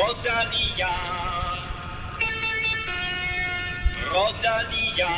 Rodalia. Rodalia.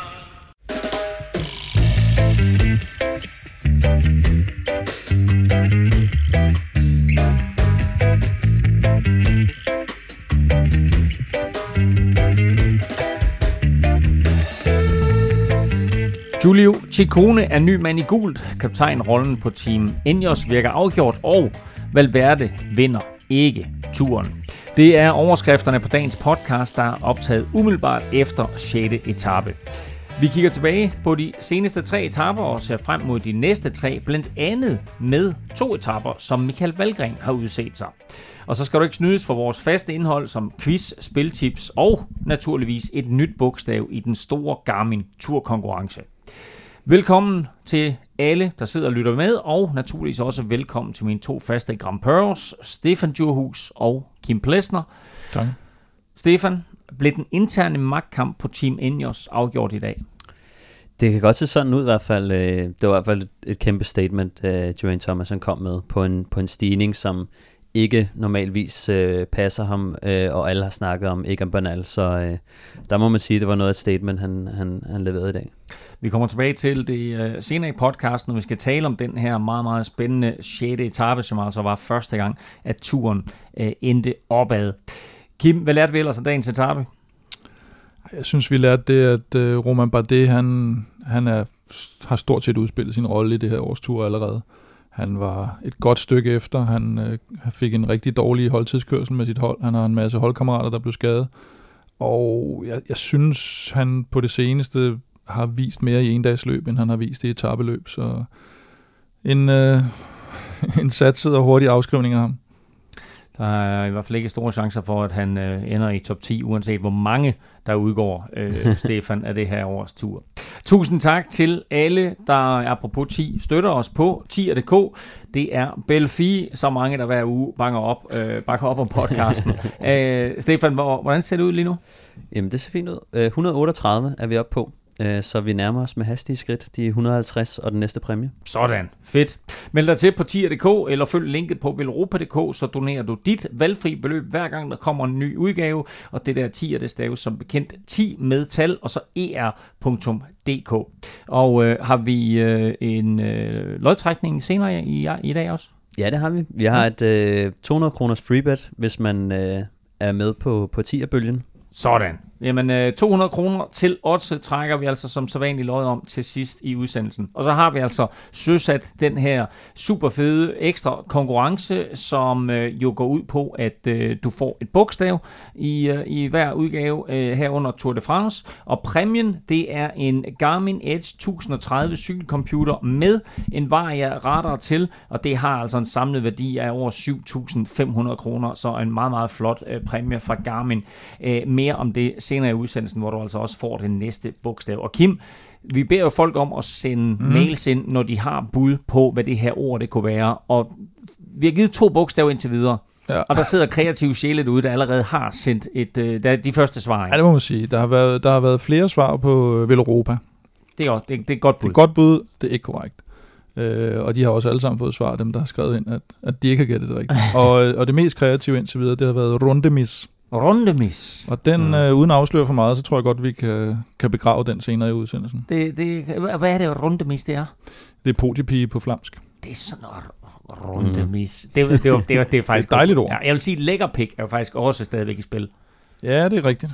Giulio Ciccone er ny mand i gult. Kaptajnrollen på Team Ineos virker afgjort, og Valverde vinder ikke turen. Det er overskrifterne på dagens podcast, der er optaget umiddelbart efter 6. etape. Vi kigger tilbage på de seneste 3 etaper og ser frem mod de næste 3, blandt andet med 2 etaper, som Michael Valgren har udset sig. Og så skal du ikke snydes for vores faste indhold som quiz, spiltips og naturligvis et nyt bogstav i den store Garmin Tour-konkurrence. Velkommen til alle, der sidder og lytter med, og naturligvis også velkommen til mine 2 faste Grand Prix, Stefan Djurhus og Kim Plesner. Tak. Stefan, blev den interne magtkamp på Team Ineos afgjort i dag? Det kan godt se sådan ud i hvert fald. Det var i hvert fald et kæmpe statement, Geraint Thomas kom med på en stigning, som ikke normalvis passer ham, og alle har snakket om Egan Bernal, så der må man sige, at det var noget af et statement, han leverede i dag. Vi kommer tilbage til det senere i podcasten, når vi skal tale om den her meget, meget spændende 6. etape, som altså var første gang, at turen endte opad. Kim, hvad lærte vi ellers af dagens etape? Jeg synes, vi lærte det, at Romain Bardet, han har stort set udspillet sin rolle i det her års tur allerede. Han var et godt stykke efter. Han fik en rigtig dårlig holdtidskørsel med sit hold. Han har en masse holdkammerater, der blev skadet. Og jeg synes, han på det seneste har vist mere i endagsløb, end han har vist i etapeløb. Så en satset og hurtig afskrivning af ham. Der er i hvert fald ikke store chancer for, at han ender i top 10, uanset hvor mange der udgår, Stefan, af det her års tur. Tusind tak til alle, der er på 10 støtter os på tier.dk. Det er Belfi, så mange der hver uge bakker op om podcasten. Stefan, hvordan ser det ud lige nu? Jamen det ser fint ud. 138 er vi oppe på. Så vi nærmer os med hastige skridt de 150 og den næste præmie. Sådan, fedt. Meld dig til på tier.dk eller følg linket på velropa.dk, så donerer du dit valgfri beløb hver gang der kommer en ny udgave. Og det der tier, det staves som bekendt 10 med tal og så er.dk. Og har vi en lodtrækning senere i dag også? Ja, det har vi. Vi har et 200 kroners freebet, hvis man er med på tierbølgen. Sådan. Jamen 200 kroner til odds trækker vi altså som sædvanligt lod om til sidst i udsendelsen. Og så har vi altså søsat den her super fede ekstra konkurrence, som jo går ud på, at du får et bogstav i hver udgave herunder Tour de France. Og præmien, det er en Garmin Edge 1030 cykelcomputer med en Varia radar til, og det har altså en samlet værdi af over 7.500 kroner, så en meget, meget flot præmie fra Garmin. Mere om det senere i udsendelsen, hvor du altså også får det næste bogstav. Og Kim, vi beder jo folk om at sende mails ind, når de har bud på, hvad det her ord det kunne være. Og vi har givet 2 bogstaver indtil videre. Ja. Og der sidder kreative sjæle derude, der allerede har sendt de første svar. Ja, det må man sige. Der har været flere svar på Velropa. Det er et godt bud. Det er et godt bud, det er ikke korrekt. Og de har også alle sammen fået svar, dem der har skrevet ind, at de ikke har gættet det rigtigt. og det mest kreative indtil videre, det har været Rundemis. Rundemis. Og den, uden at afsløre for meget, så tror jeg godt, vi kan begrave den senere i udsendelsen. Hvad er det, rundemis det er? Det er podipige på flamsk. Det er sådan noget rundemis. Det er faktisk et dejligt ord. Ja, jeg vil sige, lækkerpik er jo faktisk også stadigvæk i spil. Ja, det er rigtigt.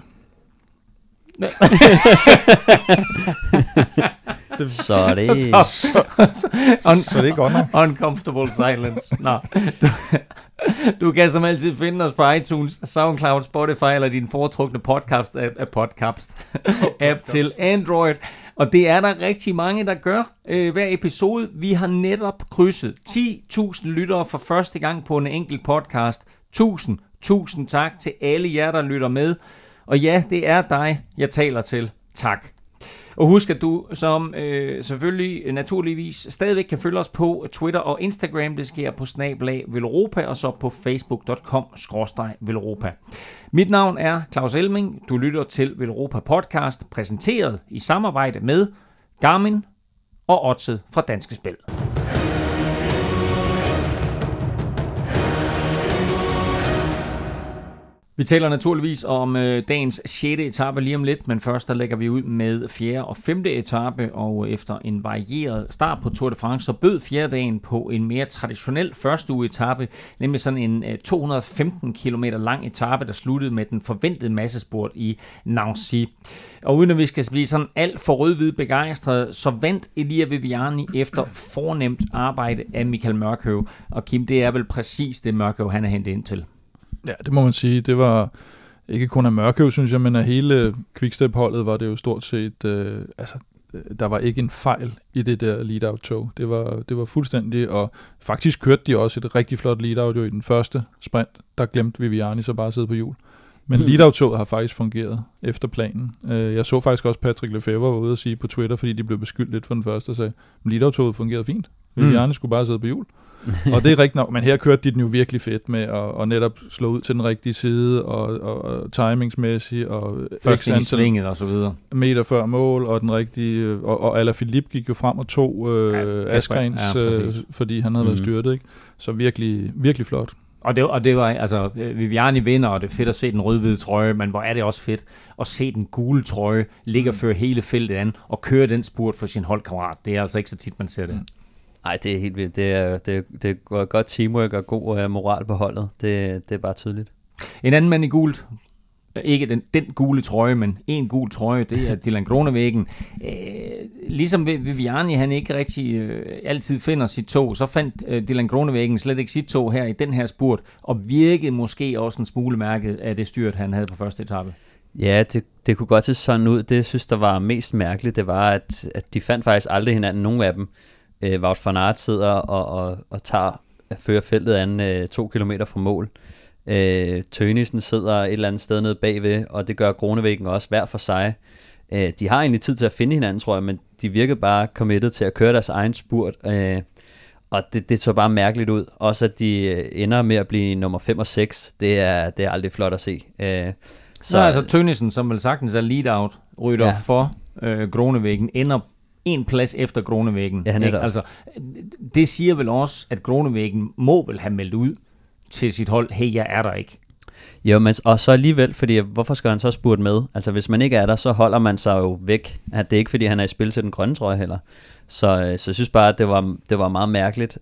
Så er det så det er godt nok. Uncomfortable silence. Nå. Du kan som altid finde os på iTunes, SoundCloud, Spotify eller din foretrukne podcast-app til Android. Og det er der rigtig mange, der gør hver episode. Vi har netop krydset 10.000 lyttere for første gang på en enkelt podcast. Tusind tak til alle jer, der lytter med. Og ja, det er dig, jeg taler til. Tak. Og husk, at du som selvfølgelig naturligvis stadigvæk kan følge os på Twitter og Instagram. Det sker på @Velropa og så på facebook.com/Velropa. Mit navn er Claus Elming. Du lytter til Velropa Podcast, præsenteret i samarbejde med Garmin og Oddset fra Danske Spil. Vi taler naturligvis om dagens 6. etape lige om lidt, men først der lægger vi ud med 4. og 5. etape, og efter en varieret start på Tour de France, så bød 4. dagen på en mere traditionel første uge etape, nemlig sådan en 215 km lang etape, der sluttede med den forventede massespurt i Nancy. Og uden at vi skal blive sådan alt for rød-hvid begejstret, så vandt Elia Viviani efter fornemt arbejde af Michael Mørkøv, og Kim, det er vel præcis det Mørkøv han er hentet ind til. Ja, det må man sige. Det var ikke kun af Mørkøv, synes jeg, men af hele Quickstep-holdet var det jo stort set... der var ikke en fejl i det der lead-out-tog. Det var fuldstændig, og faktisk kørte de også et rigtig flot lead-out i den første sprint. Der glemte Viviani så bare at sidde på hjul. Men lead-out-toget har faktisk fungeret efter planen. Jeg så faktisk også Patrick Lefevre var ude og sige på Twitter, fordi de blev beskyldt lidt for den første, og sagde, lead-out-toget fungerede fint. Viviani skulle bare sidde på hjul. Og det er rigtigt nok, men her kørte de den jo virkelig fedt med at netop slå ud til den rigtige side, og timingsmæssigt, og først ind i svinget og så videre. Meter før mål, og den rigtige, og Alaphilippe gik jo frem og tog Asgrens, fordi han havde været styrtet, ikke? Så virkelig, virkelig flot. Og det var, altså, Viviani vinder, og det er fedt at se den rød-hvide trøje, men hvor er det også fedt at se den gule trøje ligge og føre hele feltet an, og køre den spurt for sin holdkammerat. Det er altså ikke så tit, man ser det. Nej, det er helt vildt. Det er godt teamwork og god moral på holdet. Det er bare tydeligt. En anden mand i gult, ikke den gule trøje, men en gul trøje, det er Dylan Groenewegen. Ligesom Viviani, han ikke rigtig altid finder sit tog, så fandt Dylan Groenewegen slet ikke sit tog her i den her spurt, og virkede måske også en smule mærket af det styrt, han havde på første etape. Ja, det kunne godt se sådan ud. Det, jeg synes, der var mest mærkeligt, det var, at de fandt faktisk aldrig hinanden, nogen af dem. Wout van Aert sidder og fører feltet an 2 kilometer fra mål. Tønnesen sidder et eller andet sted nede bagved, og det gør Groenewegen også hver for sig. De har egentlig tid til at finde hinanden, tror jeg, men de virkede bare committed til at køre deres egen spurt, og det så bare mærkeligt ud. Også at de ender med at blive nummer 5 og 6, det er aldrig flot at se. Så altså Tønnesen, som vel sagtens er lead-out, rytter for Groenewegen, ender en plads efter Groenewegen. Ja, altså, det siger vel også, at Groenewegen må vel have meldt ud til sit hold, hey, jeg er der ikke. Jo, men og så alligevel, fordi hvorfor skal han så spurte med? Altså, hvis man ikke er der, så holder man sig jo væk. At det er ikke, fordi han er i spil til den grønne trøje heller. Så jeg synes bare, at det var meget mærkeligt,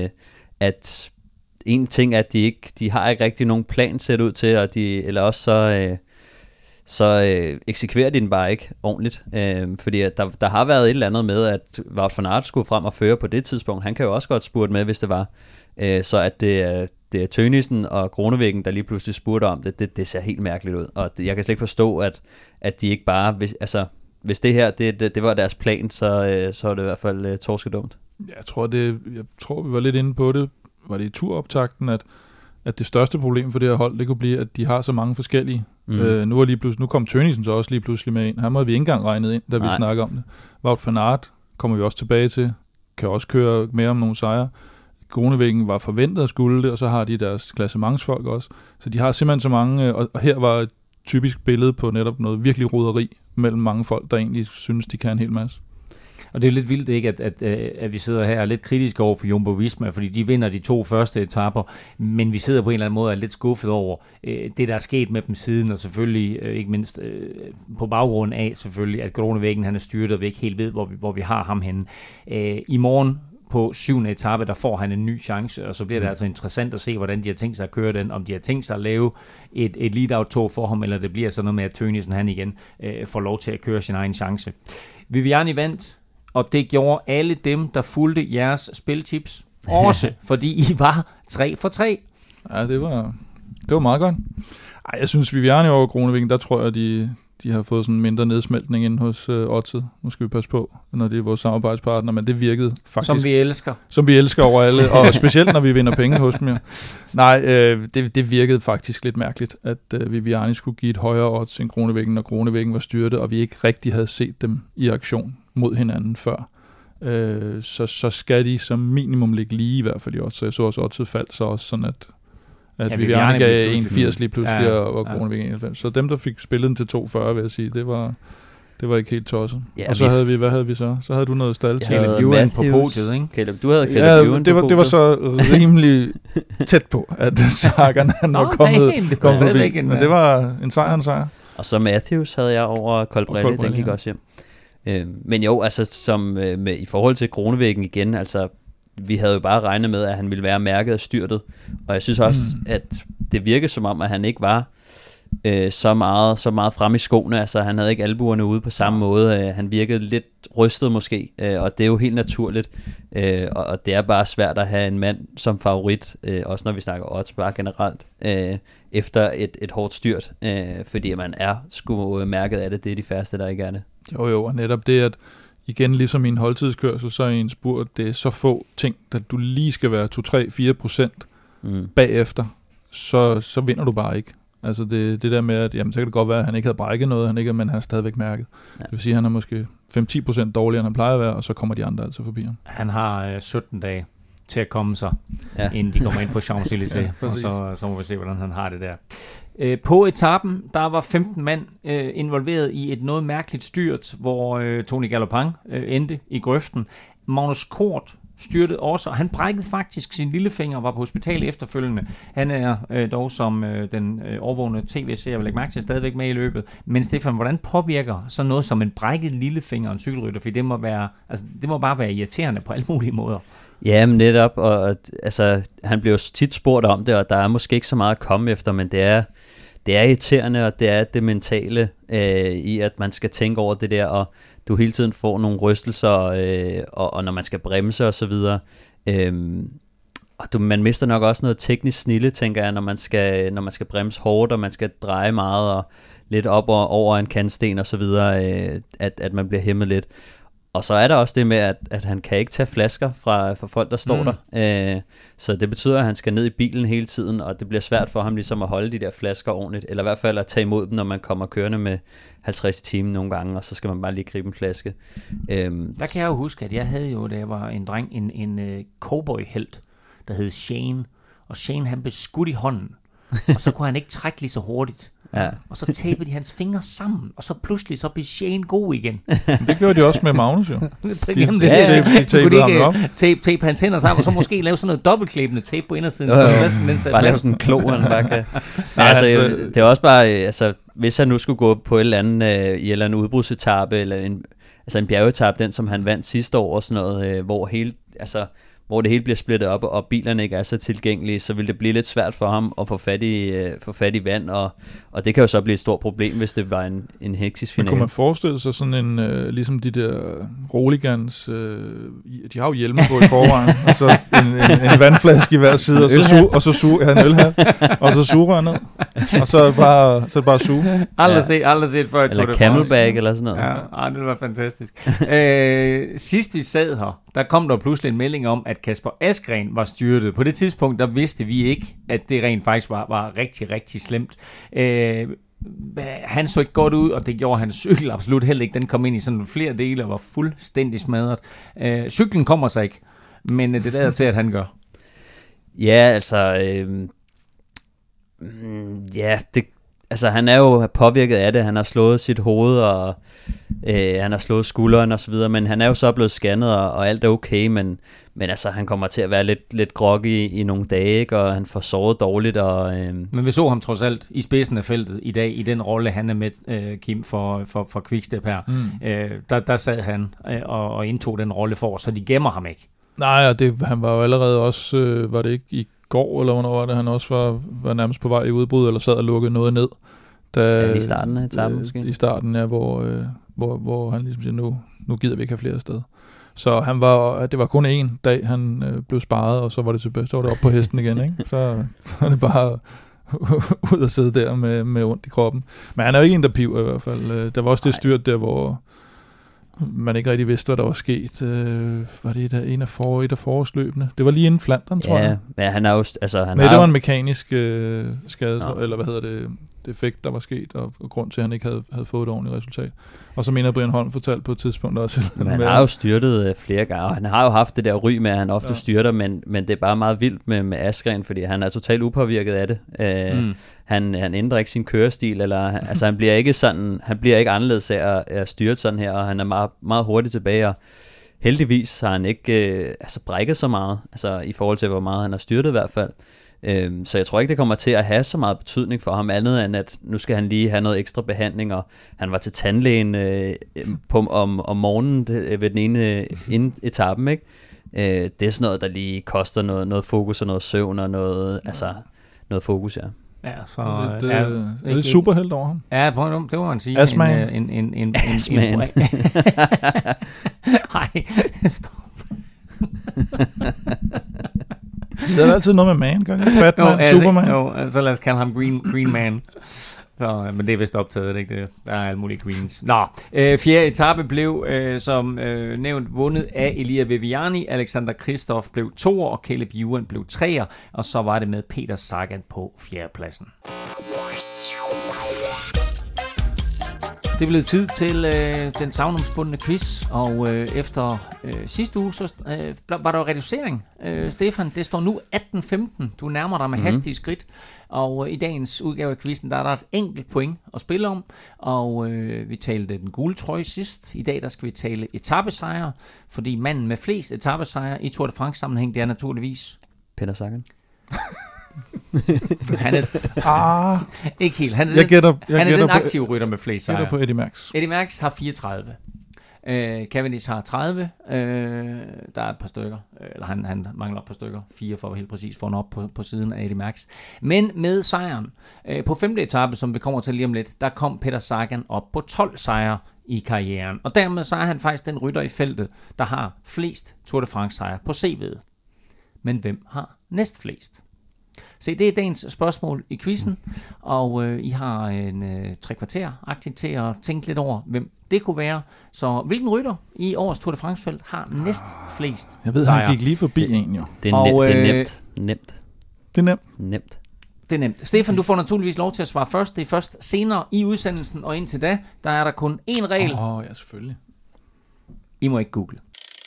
at en ting er, at de har ikke rigtig nogen plan set ud til, og eller også så eksekverer de den bare ikke ordentligt. Fordi der har været et eller andet med, at Wout van Aert skulle frem og føre på det tidspunkt. Han kan jo også godt spurte med, hvis det var. Så at det er Tønnesen og Groenewegen, der lige pludselig spurgte om det ser helt mærkeligt ud. Og jeg kan slet ikke forstå, at de ikke bare... Hvis det her, det var deres plan, så er det i hvert fald torskedumt. Jeg tror, vi var lidt inde på det. Var det i turoptakten, at det største problem for det her hold, det kunne blive, at de har så mange forskellige. Nu kom Tønnesen så også lige pludselig med ind. Han måtte vi ikke engang regnet ind, da vi snakker om det. Wout van Aert kommer vi også tilbage til. Kan også køre mere om nogle sejre. Groenewegen var forventet at skulle det, og så har de deres klassementsfolk også. Så de har simpelthen så mange, og her var et typisk billede på netop noget virkelig roderi mellem mange folk, der egentlig synes, de kan en hel masse. Og det er jo lidt vildt, ikke, at vi sidder her og er lidt kritiske over for Jumbo Visma, fordi de vinder de 2 første etaper, men vi sidder på en eller anden måde og er lidt skuffet over det, der er sket med dem siden, og selvfølgelig ikke mindst på baggrund af selvfølgelig, at Groenewegen han er styret, og vi ikke helt ved, hvor vi har ham henne. I morgen på 7. etape, der får han en ny chance, og så bliver det altså interessant at se, hvordan de har tænkt sig at køre den, om de har tænkt sig at lave et lead-out-tog for ham, eller det bliver sådan noget med, at Tønnesen han igen får lov til at køre sin egen chance. Viviani vandt, og det gjorde alle dem, der fulgte jeres spiltips også, fordi I var 3 for 3. Ja, det var meget godt. Ej, jeg synes, Viviani over Groenewegen, der tror jeg, de har fået sådan en mindre nedsmeltning ind hos Odset. Nu skal vi passe på, når det er vores samarbejdspartner, men det virkede faktisk... Som vi elsker over alle, og specielt når vi vinder penge hos dem. Ja. Nej, det virkede faktisk lidt mærkeligt, at Viviani skulle give et højere odds end Groenewegen, når Groenewegen var styrtet, og vi ikke rigtig havde set dem i aktion mod hinanden før. Så skal de som minimum ligge lige i hvert fald i odds. Så jeg så også Odset faldt så også sådan, at Viviani gav 1,80 lige pludselig, og Groenewegen 1,90. Så dem, der fik spillet den til 2,40, vil jeg sige, det var Det var ikke helt tosset. Ja, og så havde vi, hvad havde vi så? Så havde du noget stald til. Caleb Ewan på podiet, ikke? Caleb, du havde Caleb Ewan på podiet. Det var så rimelig tæt på, at Sagan han var kommet forbi. Men det var en sejr. Og så Matthews havde jeg over Colbrelli, den gik også hjem. Men jo, altså som i forhold til Kronevæggen igen, altså vi havde jo bare regnet med, at han ville være mærket og styrtet. Og jeg synes også, at det virkede som om, at han ikke var så meget frem i skoene. Altså han havde ikke albuerne ude på samme måde. Han virkede lidt rystet måske, og det er jo helt naturligt. Og det er bare svært at have en mand som favorit, også når vi snakker odds bare generelt, efter et hårdt styrt, fordi man er sgu mærket af det. Det er de færreste, der ikke er det. Jo, og netop det, at igen, ligesom i en holdtidskørsel, så er en spurt, det er så få ting, at du lige skal være 2-3-4% bagefter, så vinder du bare ikke. Altså det der med, at jamen, så kan det godt være, at han ikke havde brækket noget, men han har stadigvæk mærket. Ja. Det vil sige, at han er måske 5-10% dårligere, end han plejer at være, og så kommer de andre altså forbi ham. Han har 17 dage til at komme sig, inden de kommer ind på Champs-Élysées, og så må vi se, hvordan han har det der. På etappen, der var 15 mand involveret i et noget mærkeligt styrt, hvor Tony Galopin endte i grøften. Magnus Kort styrtede også, og han brækkede faktisk sin lillefinger og var på hospital efterfølgende. Han er dog som den overvågende tv-serie, vil lægge mærke til, stadigvæk med i løbet. Men Stefan, hvordan påvirker sådan noget som en brækket lillefinger en cykelrytter? For det må bare være irriterende på alle mulige måder. Ja, men netop, og altså, han bliver jo tit spurgt om det, og der er måske ikke så meget at komme efter, men det er irriterende, og det er det mentale i, at man skal tænke over det der, og du hele tiden får nogle rystelser, og når man skal bremse og så videre. Og man mister nok også noget teknisk snilde, tænker jeg, når man skal bremse hårdt, og man skal dreje meget, og lidt op og over en kantsten og så videre, at man bliver hæmmet lidt. Og så er der også det med, at han kan ikke tage flasker fra folk, der står der. Så det betyder, at han skal ned i bilen hele tiden, og det bliver svært for ham ligesom at holde de der flasker ordentligt, eller i hvert fald at tage imod dem, når man kommer kørende med 50 i timen nogle gange, og så skal man bare lige gribe en flaske. Der kan jeg jo huske, at jeg havde jo, da jeg var en dreng, en cowboy-helt, der hed Shane, og Shane han blev skudt i hånden, og så kunne han ikke trække lige så hurtigt. Ja. Og så tapede de hans fingre sammen, og så pludselig så blev Shane god igen. Det gjorde de også med Magnus jo. De tapede ham op. Tape hans hænder sammen, og så måske lave sådan noget dobbeltklæbende tape på indersiden. Bare lave sådan en klo, han bare kan. Det er også bare, altså, hvis han nu skulle gå på et eller andet, i en eller anden udbrudsetape, eller en bjergetape, den som han vandt sidste år og sådan noget, hvor det hele bliver splittet op, og bilerne ikke er så tilgængelige, så vil det blive lidt svært for ham at få fat i vand, og det kan jo så blive et stort problem, hvis det var en hektisk finale. Men kunne man forestille sig sådan en, ligesom de der roligans, de har jo hjelme på i forvejen, og så en vandflaske i hver side, og så suger han øl her, og så suger han ned, og så er det bare suge. Aldrig set før i Tour de France. Eller camelback eller sådan noget. Ja, det var fantastisk. Sidst vi sad her, der kom der pludselig en melding om, at Kasper Asgreen var styrtet. På det tidspunkt, der vidste vi ikke, at det rent faktisk var rigtig, rigtig slemt. Han så ikke godt ud, og det gjorde hans cykel absolut heller ikke. Den kom ind i sådan flere dele og var fuldstændig smadret. Cyklen kommer sig ikke, men det lader til, at han gør. Ja, altså... Altså han er jo påvirket af det. Han har slået sit hoved, og han har slået skulderen og så videre, men han er jo så blevet scannet, og alt er okay, men altså han kommer til at være lidt groggy i nogle dage, ikke? Og han får sovet dårligt. Men vi så ham trods alt i spidsen af feltet i dag, i den rolle han er med, Kim, for Quickstep her. Der sad han og indtog den rolle for os, så de gemmer ham ikke. Nej, han var jo allerede også, var det ikke i går, eller hvornår var det, han også var nærmest på vej i udbrud, eller sad og lukkede noget ned. I starten af etappen måske. I starten, ja, hvor han ligesom siger, nu gider vi ikke have flere steder. Så det var kun en dag, han blev sparet, og så var det tilbage, så var det op på hesten igen, ikke? Så er det bare ud at sidde der med ondt i kroppen. Men han er jo ikke en, der piver i hvert fald. Der var også det styrt der, hvor man ikke rigtig vidste, hvad der var sket. Var det et af forårsløbene? Det var lige inden Flandern, tror jeg. Ja, han er jo... Altså, det var en mekanisk skade, eller hvad hedder det? defekt, der var sket, og grund til, at han ikke havde fået et ordentligt resultat. Og så mener Brian Holm fortalt på et tidspunkt også. Men han har jo styrtet flere gange, og han har jo haft det der ry med, at han ofte styrter, men det er bare meget vildt med Askren, fordi han er totalt upåvirket af det. Han ændrer ikke sin kørestil, eller altså han bliver ikke anderledes af at styrte sådan her, og han er meget, meget hurtigt tilbage, og heldigvis har han ikke brækket så meget, altså i forhold til, hvor meget han har styrtet i hvert fald. Så jeg tror ikke, det kommer til at have så meget betydning for ham, andet end at nu skal han lige have noget ekstra behandling, og han var til tandlægen om morgenen ved den ene etappen, ikke? Det er sådan noget, der lige koster noget fokus og noget søvn og noget, noget fokus, ja. Ja, så er det superhelt over ham? Ja, det må man sige. Asman. Asman. Nej, stop. Det er altid noget med man, gør det? Batman, Superman. Jo, så lad os kalde ham Green Man. Så, men det er vist optaget, ikke det? Der er alle mulige greens. Nå, fjerde etape blev, som nævnt, vundet af Elia Viviani. Alexander Kristoff blev 2'er, og Caleb Ewan blev 3'er. Og så var det med Peter Sagan på fjerdepladsen. Det blev tid til den savnomsbundne quiz, og efter sidste uge, så var der jo reducering. Stefan, det står nu 18-15. Du nærmer dig med hastige skridt, og i dagens udgave af quizzen, der er der et enkelt point at spille om, og vi talte den gule trøje sidst. I dag, der skal vi tale etapesejre, fordi manden med flest etapesejre i Tour de France sammenhæng, det er naturligvis Peter Sagan. Han er ikke helt. Han er den aktive rytter med flest sejre. Jeg gætter på Eddie Merckx. Eddie Merckx har 34. Cavendish har 30. Der er et par stykker. Eller han mangler et par stykker. 4 for at være helt præcis, for op på siden af Eddie Merckx. Men med sejren på 5. etape, som vi kommer til lige om lidt, der kom Peter Sagan op på 12 sejre i karrieren. Og dermed så er han faktisk den rytter i feltet, der har flest Tour de France sejre på CV'et. Men hvem har næstflest? Se, det er dagens spørgsmål i quizzen, og I har en 3 kvarter-agtigt til at tænke lidt over, hvem det kunne være. Så hvilken rytter i årets Tour de France-felt har næst flest Jeg ved, sejre? Han gik lige forbi en, jo. Det er nemt. Det er nemt. Stefan, du får naturligvis lov til at svare først. Det er først senere i udsendelsen, og indtil da, der er der kun én regel. Ja, selvfølgelig. I må ikke google.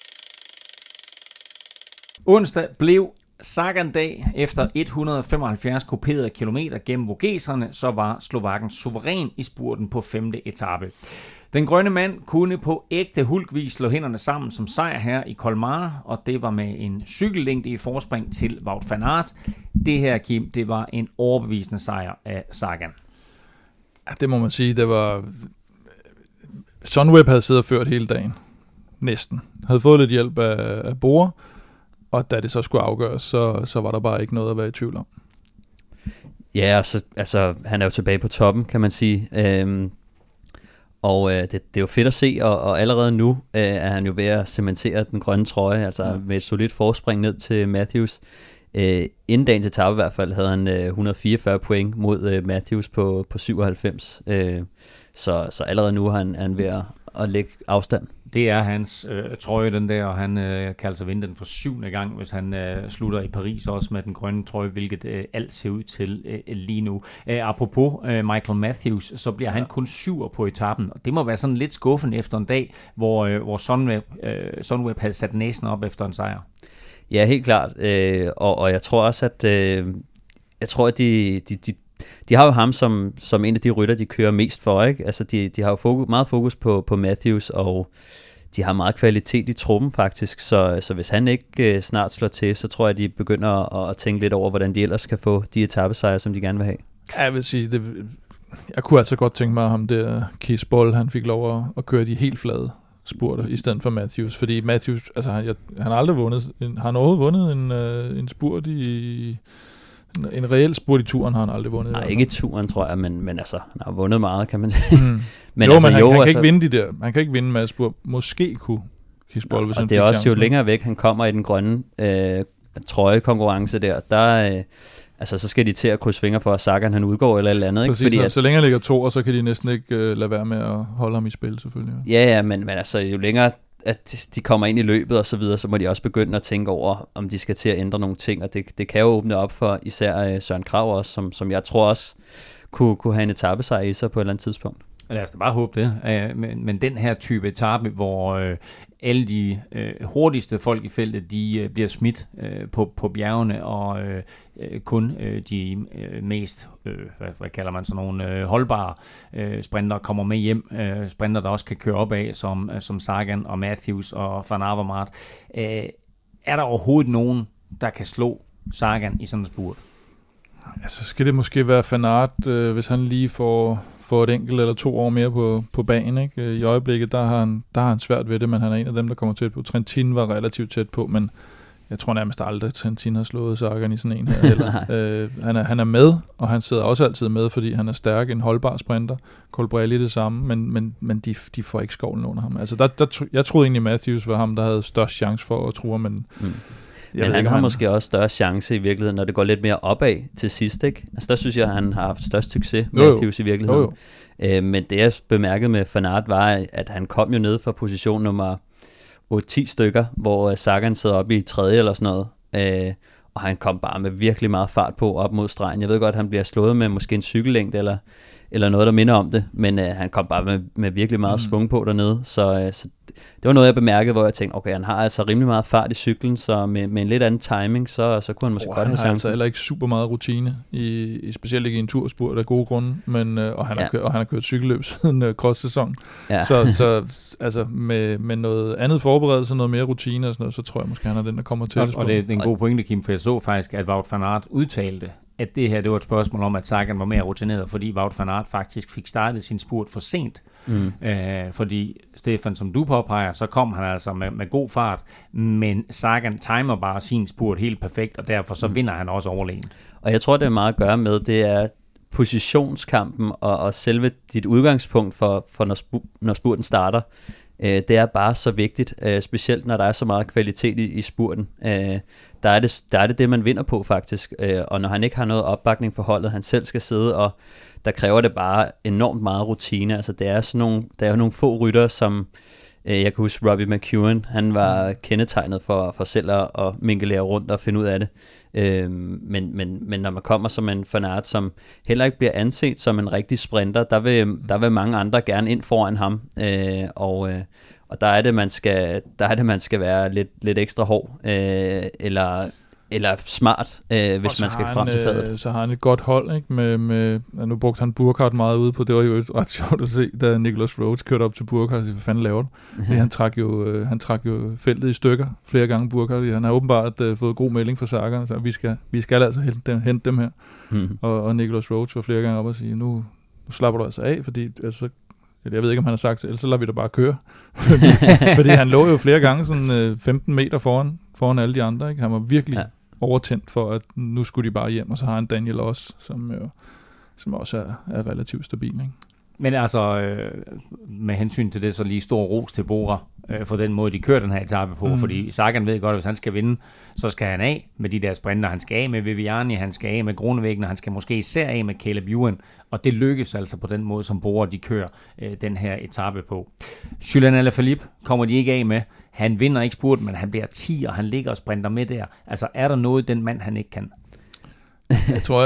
Onsdag blev Sagan-dag. Efter 175 kuperede kilometer gennem Vogeserne, så var Slovakken suveræn i spurten på 5. etape. Den grønne mand kunne på ægte hulkvis slå hænderne sammen som sejrherre i Colmar, og det var med en cykellængde i forspring til Wout van Aert. Det her, Kim, det var en overbevisende sejr af Sagan. Ja, det må man sige. Det var Sunweb havde siddet og ført hele dagen. Næsten. Havde fået lidt hjælp af Bora. Og da det så skulle afgøres, så var der bare ikke noget at være i tvivl om. Ja, altså han er jo tilbage på toppen, kan man sige. Det er jo fedt at se, og allerede nu er han jo ved at cementere den grønne trøje, altså med et solidt forspring ned til Matthews. Inden dagens etape i hvert fald havde han 144 point mod Matthews på 97. Så allerede nu er han ved at lægge afstand. Det er hans trøje, den der, og han kan altså vinde den for 7. gang, hvis han slutter i Paris også med den grønne trøje, hvilket alt ser ud til lige nu. Apropos Michael Matthews, så bliver han kun 7'er på etappen, og det må være sådan lidt skuffende efter en dag, hvor Sunweb havde sat næsen op efter en sejr. Ja, helt klart, og jeg tror også, at de har jo ham som en af de rytter, de kører mest for, ikke? Altså, de har jo meget fokus på Matthews, og de har meget kvalitet i truppen faktisk, så hvis han ikke snart slår til, så tror jeg, de begynder at tænke lidt over, hvordan de ellers kan få de etapesejre, som de gerne vil have. Jeg vil sige, jeg kunne altså godt tænke mig, ham der Kees Bol, han fik lov at køre de helt flade spurter i stedet for Matthews, fordi Matthews, altså han har aldrig vundet, har han overhovedet vundet en spurt i... En reel spurt i turen har han aldrig vundet. Nej, ikke i turen, tror jeg, men altså, han har vundet meget, kan man sige. Men han kan ikke vinde de der. Han kan ikke vinde med spurt. Måske kunne Kees Bol, hvis han fik chancen. Det er også jo længere væk, han kommer i den grønne trøjekonkurrence der så skal de til at krydse fingre for, at Sagan han udgår eller andet. Præcis, ikke? Fordi så længe han ligger 2, så kan de næsten ikke lade være med at holde ham i spil, selvfølgelig. Ja, men altså, jo længere at de kommer ind i løbet og så videre, så må de også begynde at tænke over, om de skal til at ændre nogle ting, og det kan jo åbne op for især Søren Kragh også, som jeg tror også kunne have en etapesejr i sig på et eller andet tidspunkt. Lad os da bare håbe det. Men den her type etape, hvor alle de hurtigste folk i feltet, de bliver smidt på bjergene, og kun de mest, hvad kalder man sådan nogle, holdbare sprinter kommer med hjem. Sprinter, der også kan køre op af, som Sagan og Matthews og Van Avermaet. Er der overhovedet nogen, der kan slå Sagan i sådan en spurt? Så skal det måske være Van Aert, hvis han lige får et enkelt eller 2 år mere på banen. Ikke? I øjeblikket, der har han svært ved det, men han er en af dem, der kommer tæt på. Trentin var relativt tæt på, men jeg tror nærmest aldrig, at Trentin har slået Sagan i sådan en her heller. Han er med, og han sidder også altid med, fordi han er stærk, en holdbar sprinter. Colbrelli det samme, men de får ikke skovlen under ham. Altså, jeg troede egentlig, Matthews var ham, der havde størst chance for at true, men... Men han har måske også større chance i virkeligheden, når det går lidt mere opad til sidst, ikke? Altså der synes jeg, at han har haft størst succes med Matthews i virkeligheden. Men det jeg bemærkede med Van Aert var, at han kom jo ned fra position nummer 8-10 stykker, hvor Sagan sidder oppe i 3. eller sådan noget. Og han kom bare med virkelig meget fart på op mod stregen. Jeg ved godt, at han bliver slået med måske en cykellængde eller noget, der minder om det, men han kom bare med virkelig meget svung på dernede, så det var noget, jeg bemærkede, hvor jeg tænkte, okay, han har altså rimelig meget fart i cyklen, så med en lidt anden timing, så kunne han måske godt have chancen. Han har altså heller ikke super meget rutine, specielt ikke i en turspurt af gode grunde, men, og han har kørt cykelløb siden cross-sæsonen, så altså med noget andet forberedelse, noget mere rutine og sådan noget, så tror jeg måske, han er den, der kommer til. Og det er en god pointe, Kim, for jeg så faktisk, at Wout van Aert udtalte, at det her, det var et spørgsmål om, at Sagan var mere rutineret, fordi Wout van Aert faktisk fik startet sin spurt for sent. Fordi, Stefan, som du påpeger, så kom han altså med god fart, men Sagan timer bare sin spurt helt perfekt, og derfor så vinder han også overlegen. Og jeg tror, det er meget at gøre med, det er positionskampen og selve dit udgangspunkt for når spurten starter. Det er bare så vigtigt, specielt når der er så meget kvalitet i spurten. Der er det, man vinder på faktisk, og når han ikke har noget opbakning for holdet, han selv skal sidde, og der kræver det bare enormt meget rutine. Altså der er nogle få ryttere, som jeg kan huske Robbie McEwen, han var kendetegnet for selv at mingelere rundt og finde ud af det. Men når man kommer som en Van Aert, som heller ikke bliver anset som en rigtig sprinter, der vil mange andre gerne ind foran ham, og der er det man skal være lidt ekstra hård eller smart, hvis man skal frem til fadet. Så har han et godt hold, ikke? Med nu brugte han Burkhardt meget ude på, det var jo ret sjovt at se, da Nicholas Rhodes kørte op til Burkhardt og sagde, hvad fanden laver du? Fordi han trak jo feltet i stykker flere gange, Burkhardt. Han har åbenbart fået god melding fra Sagan, så vi skal altså hente dem her. Og Nicholas Rhodes var flere gange op og sige, nu slapper du altså af, fordi altså, jeg ved ikke, om han har sagt det, ellers så lader vi da bare køre. fordi han lå jo flere gange sådan 15 meter foran alle de andre, ikke? Han var virkelig overtændt for, at nu skulle de bare hjem, og så har han Daniel også, som også er relativt stabil, ikke? Men altså, med hensyn til det, så lige stor ros til Bora for den måde, de kører den her etape på, fordi Sagan ved godt, at hvis han skal vinde, så skal han af med de der sprinter. Han skal af med Viviani, han skal af med Groenewegen, og han skal måske især af med Caleb Ewan, og det lykkes altså på den måde, som Bora de kører den her etape på. Julian Alaphilippe kommer de ikke af med. Han vinder ikke spurten, men han bliver 10, og han ligger og sprinter med der. Altså, er der noget, den mand, han ikke kan? Jeg tror,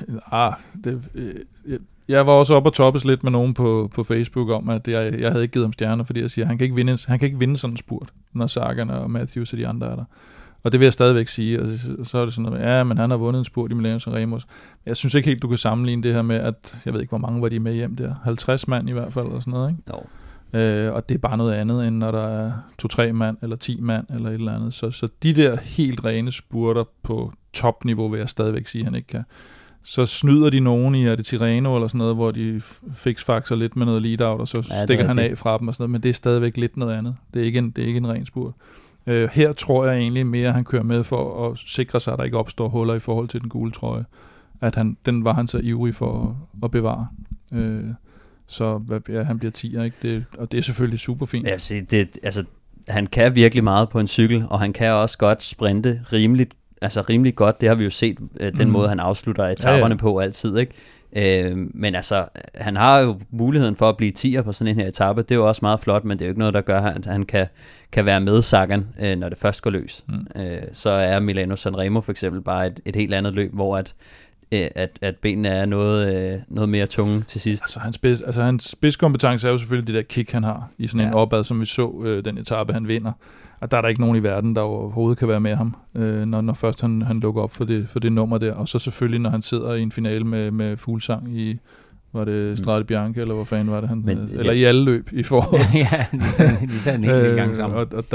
jeg var også oppe og toppes lidt med nogen på Facebook om, at jeg havde ikke givet ham stjerner, fordi jeg siger, han kan ikke vinde sådan en spurt, når Sagan og Matthews og de andre er der. Og det vil jeg stadigvæk sige. Og så er det sådan noget, ja, men han har vundet en spurt i Milano-San Jeg synes ikke helt, du kan sammenligne det her med, at jeg ved ikke, hvor mange var de med hjem der. 50 mand i hvert fald, eller sådan noget, ikke? Jo. Og det er bare noget andet, end når der er 2-3 mand, eller 10 mand, eller et eller andet. Så de der helt rene spurter på topniveau, vil jeg stadigvæk sige, han ikke kan. Så snyder de nogen i, er det Tirreno eller sådan noget, hvor de fixfaxer lidt med noget lead-out, og så stikker han af fra dem og sådan noget, men det er stadigvæk lidt noget andet. Det er ikke en ren spurt. Her tror jeg egentlig mere, at han kører med for at sikre sig, at der ikke opstår huller i forhold til den gule trøje. At den var han så ivrig for at bevare. Så han bliver 10'er, ikke? Og det er selvfølgelig super fint. Ja, han kan virkelig meget på en cykel, og han kan også godt sprinte rimelig godt. Det har vi jo set, den måde, han afslutter etaperne på altid, ikke? Men altså, han har jo muligheden for at blive 10'er på sådan en her etape. Det er jo også meget flot, men det er jo ikke noget, der gør, at han kan være med Sagan, når det først går løs. Så er Milano Sanremo for eksempel bare et helt andet løb, hvor at at benene er noget mere tunge til sidst. Hans spidskompetence er jo selvfølgelig det der kick, han har i sådan en opad, som vi så den etape, han vinder. Og der er der ikke nogen i verden, der overhovedet kan være med ham, når først han lukker op for det nummer der. Og så selvfølgelig, når han sidder i en finale med Fuglsang i, var det Strade Bianche, eller hvor fanden var det han? Eller i alle løb i foråret. Ja, de sad en hel gang sammen. Og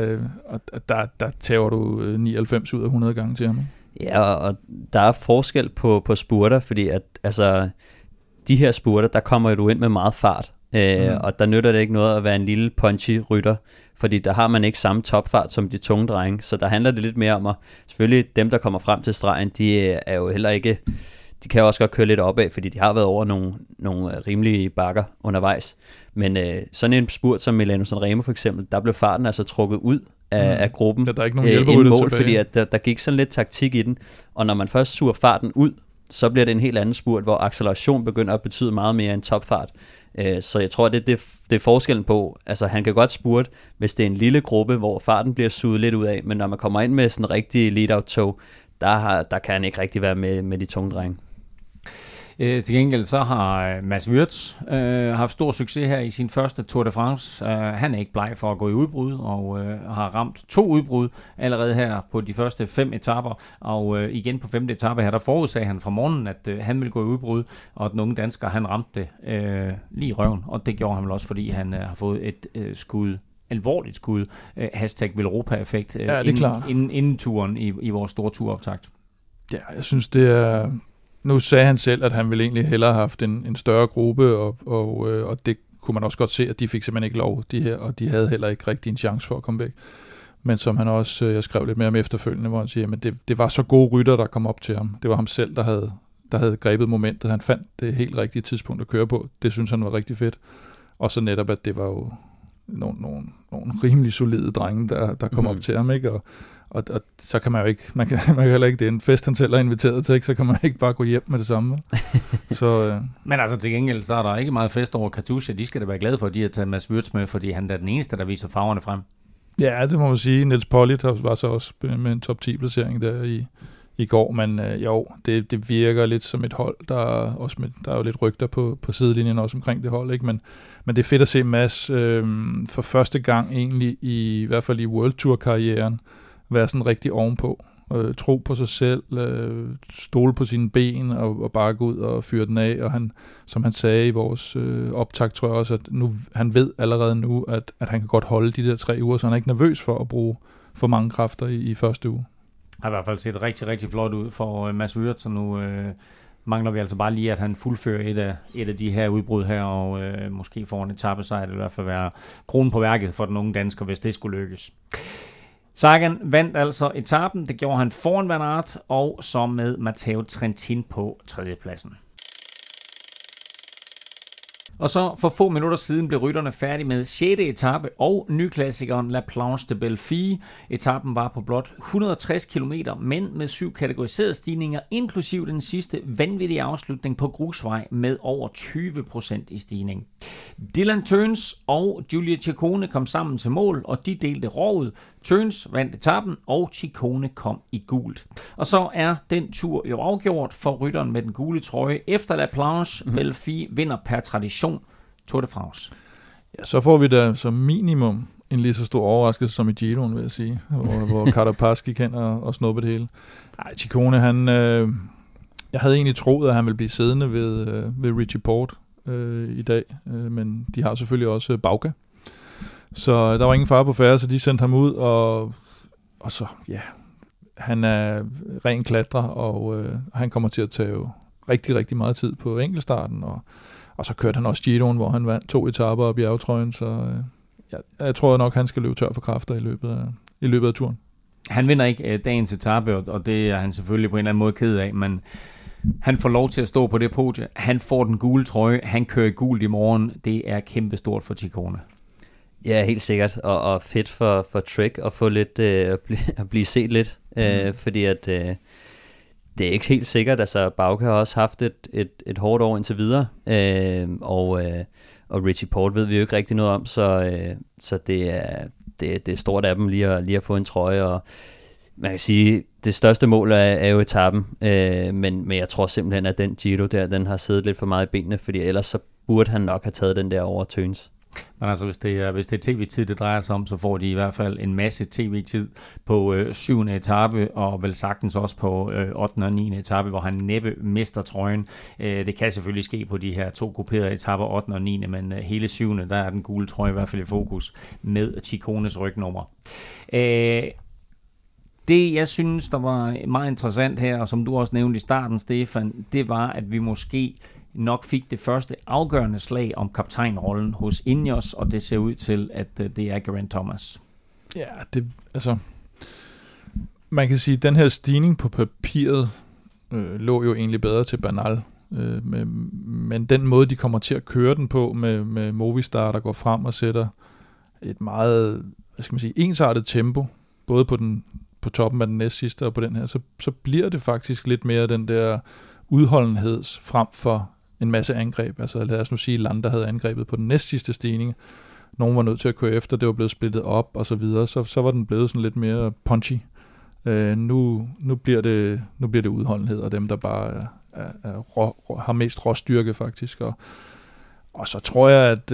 der tager du 99 ud af 100 gange til ham. Ja, og der er forskel på spurter, fordi at altså de her spurter, der kommer du ind med meget fart, og der nytter det ikke noget at være en lille punchy rytter, fordi der har man ikke samme topfart som de tunge drenge, så der handler det lidt mere om at, selvfølgelig dem, der kommer frem til stregen, de er jo heller ikke, de kan jo også godt køre lidt opad, fordi de har været over nogle rimelige bakker undervejs, men sådan en spurt som Milano Sanremo for eksempel, der blev farten altså trukket ud af gruppen, der er ikke nogen hjælperytter mål, fordi at der gik sådan lidt taktik i den, og når man først suger farten ud, så bliver det en helt anden spurt, hvor acceleration begynder at betyde meget mere end topfart. Så jeg tror, det er forskellen på, altså han kan godt spurte, hvis det er en lille gruppe, hvor farten bliver suget lidt ud af, men når man kommer ind med sådan en rigtig lead-out-tog, der kan han ikke rigtig være med de tunge drenge. Til gengæld så har Mads Wirtz haft stor succes her i sin første Tour de France. Han er ikke bleg for at gå i udbrud, og har ramt 2 udbrud allerede her på de første 5 etaper. Og igen på 5. etape her, der forudsagde han fra morgenen, at han ville gå i udbrud, og den unge dansker, han ramte det lige i røven. Og det gjorde han vel også, fordi han har fået et alvorligt skud, hashtag Velropa-effekt, inden turen i vores store turoptakt. Ja, jeg synes, det er... Nu sagde han selv, at han ville egentlig hellere have haft en større gruppe, og det kunne man også godt se, at de fik simpelthen ikke lov, de her, og de havde heller ikke rigtig en chance for at komme væk. Men som han også, jeg skrev lidt mere om efterfølgende, hvor han siger, at det var så gode rytter, der kom op til ham. Det var ham selv, der havde grebet momentet. Han fandt det helt rigtige tidspunkt at køre på. Det synes han var rigtig fedt. Og så netop, at det var jo nogle rimelig solide drenge, der kom op til ham, ikke? Og så kan man jo ikke, man kan heller ikke, det er en fest, han selv er inviteret til, ikke? Så kan man ikke bare gå hjem med det samme. Så, Men altså til gengæld, så er der ikke meget fest over Katusha. De skal da være glade for, at de har taget Mads Wirtz med, fordi han er den eneste, der viser farverne frem. Ja, det må man sige. Niels Pollitt var så også med en top 10-placering der i går, men det virker lidt som et hold, der er jo lidt rygter på sidelinjen også omkring det hold, ikke? Men det er fedt at se Mads for første gang egentlig, i hvert fald i World Tour-karrieren, være sådan rigtig ovenpå, tro på sig selv, stole på sine ben og bare gå ud og fyre den af, og han, som han sagde i vores optakt, tror jeg også, at nu, han ved allerede nu, at han kan godt holde de der 3 uger, så han er ikke nervøs for at bruge for mange kræfter i første uge. Har i hvert fald set rigtig, rigtig flot ud for Mads Wirtz, så nu mangler vi altså bare lige, at han fuldfører et af de her udbrud her, og måske får en etapesejr, det vil i hvert fald være kronen på værket for den unge dansker, hvis det skulle lykkes. Sagan vandt altså etappen, det gjorde han foran Van Aert, og så med Matteo Trentin på 3. pladsen. Og så for få minutter siden blev rytterne færdige med 6. etape og nyklassikeren La Planche de Belfi. Etappen var på blot 160 km, men med 7 kategoriserede stigninger, inklusiv den sidste vanvittige afslutning på grusvej med over 20% i stigning. Dylan Teuns og Giulio Ciccone kom sammen til mål, og de delte rådet. Teuns vandt etappen, og Ciccone kom i gult. Og så er den tur jo afgjort for rytteren med den gule trøje. Efter La Planche Belfi vinder per tradition Tour de France. Ja, så får vi da som minimum en lige så stor overraskelse som i Giroen, vil jeg sige, hvor Carapaz gik hen og snuppede det hele. Nej, Ciccone, jeg havde egentlig troet, at han ville blive siddende ved Richie Porte i dag, men de har selvfølgelig også Bauke. Så der var ingen fare på færde, så de sendte ham ud, og så, ja, han er ren klatrer, og han kommer til at tage rigtig, rigtig meget tid på enkeltstarten, og så kørte han også Giroen, hvor han vandt 2 etaper op i bjergetrøjen, så jeg tror nok, han skal løbe tør for kræfter i løbet af turen. Han vinder ikke dagens etape, og det er han selvfølgelig på en eller anden måde ked af, men han får lov til at stå på det podie. Han får den gule trøje, han kører gult i morgen. Det er kæmpestort for Ciccone. Ja, helt sikkert, og fedt for Trek at få lidt at blive set lidt, fordi at det er ikke helt sikkert. Altså Bauke har også haft et hårdt år indtil videre, og Richie Porte ved vi jo ikke rigtig noget om, så det er stort af dem lige at få en trøje, og man kan sige, det største mål er jo etappen, men jeg tror simpelthen, at den Giro der, den har siddet lidt for meget i benene, fordi ellers så burde han nok have taget den der over Tøns. Men altså, hvis det er tv-tid, det drejer sig om, så får de i hvert fald en masse tv-tid på 7. etape, og vel sagtens også på 8. og 9. etape, hvor han næppe mister trøjen. Det kan selvfølgelig ske på de her 2 kuperede etapper, 8. og 9. Men hele 7. der er den gule trøje i hvert fald i fokus med Cicones rygnummer. Det, jeg synes, der var meget interessant her, og som du også nævnte i starten, Stefan, det var, at vi måske nok fik det første afgørende slag om kaptajnrollen hos Ineos, og det ser ud til, at det er Geraint Thomas. Ja, man kan sige, at den her stigning på papiret lå jo egentlig bedre til Bernal, men den måde, de kommer til at køre den på med Movistar, der går frem og sætter et meget, ensartet tempo, både på toppen af den næste sidste og på den her, så bliver det faktisk lidt mere den der udholdenheds frem for en masse angreb. Altså lad os nu sige, Land, der havde angrebet på den næst sidste stigning. Nogen var nødt til at køre efter, det var blevet splittet op og så videre, så var den blevet sådan lidt mere punchy. Nu bliver det udholdenhed, og dem, der bare har mest råstyrke faktisk. Og så tror jeg, at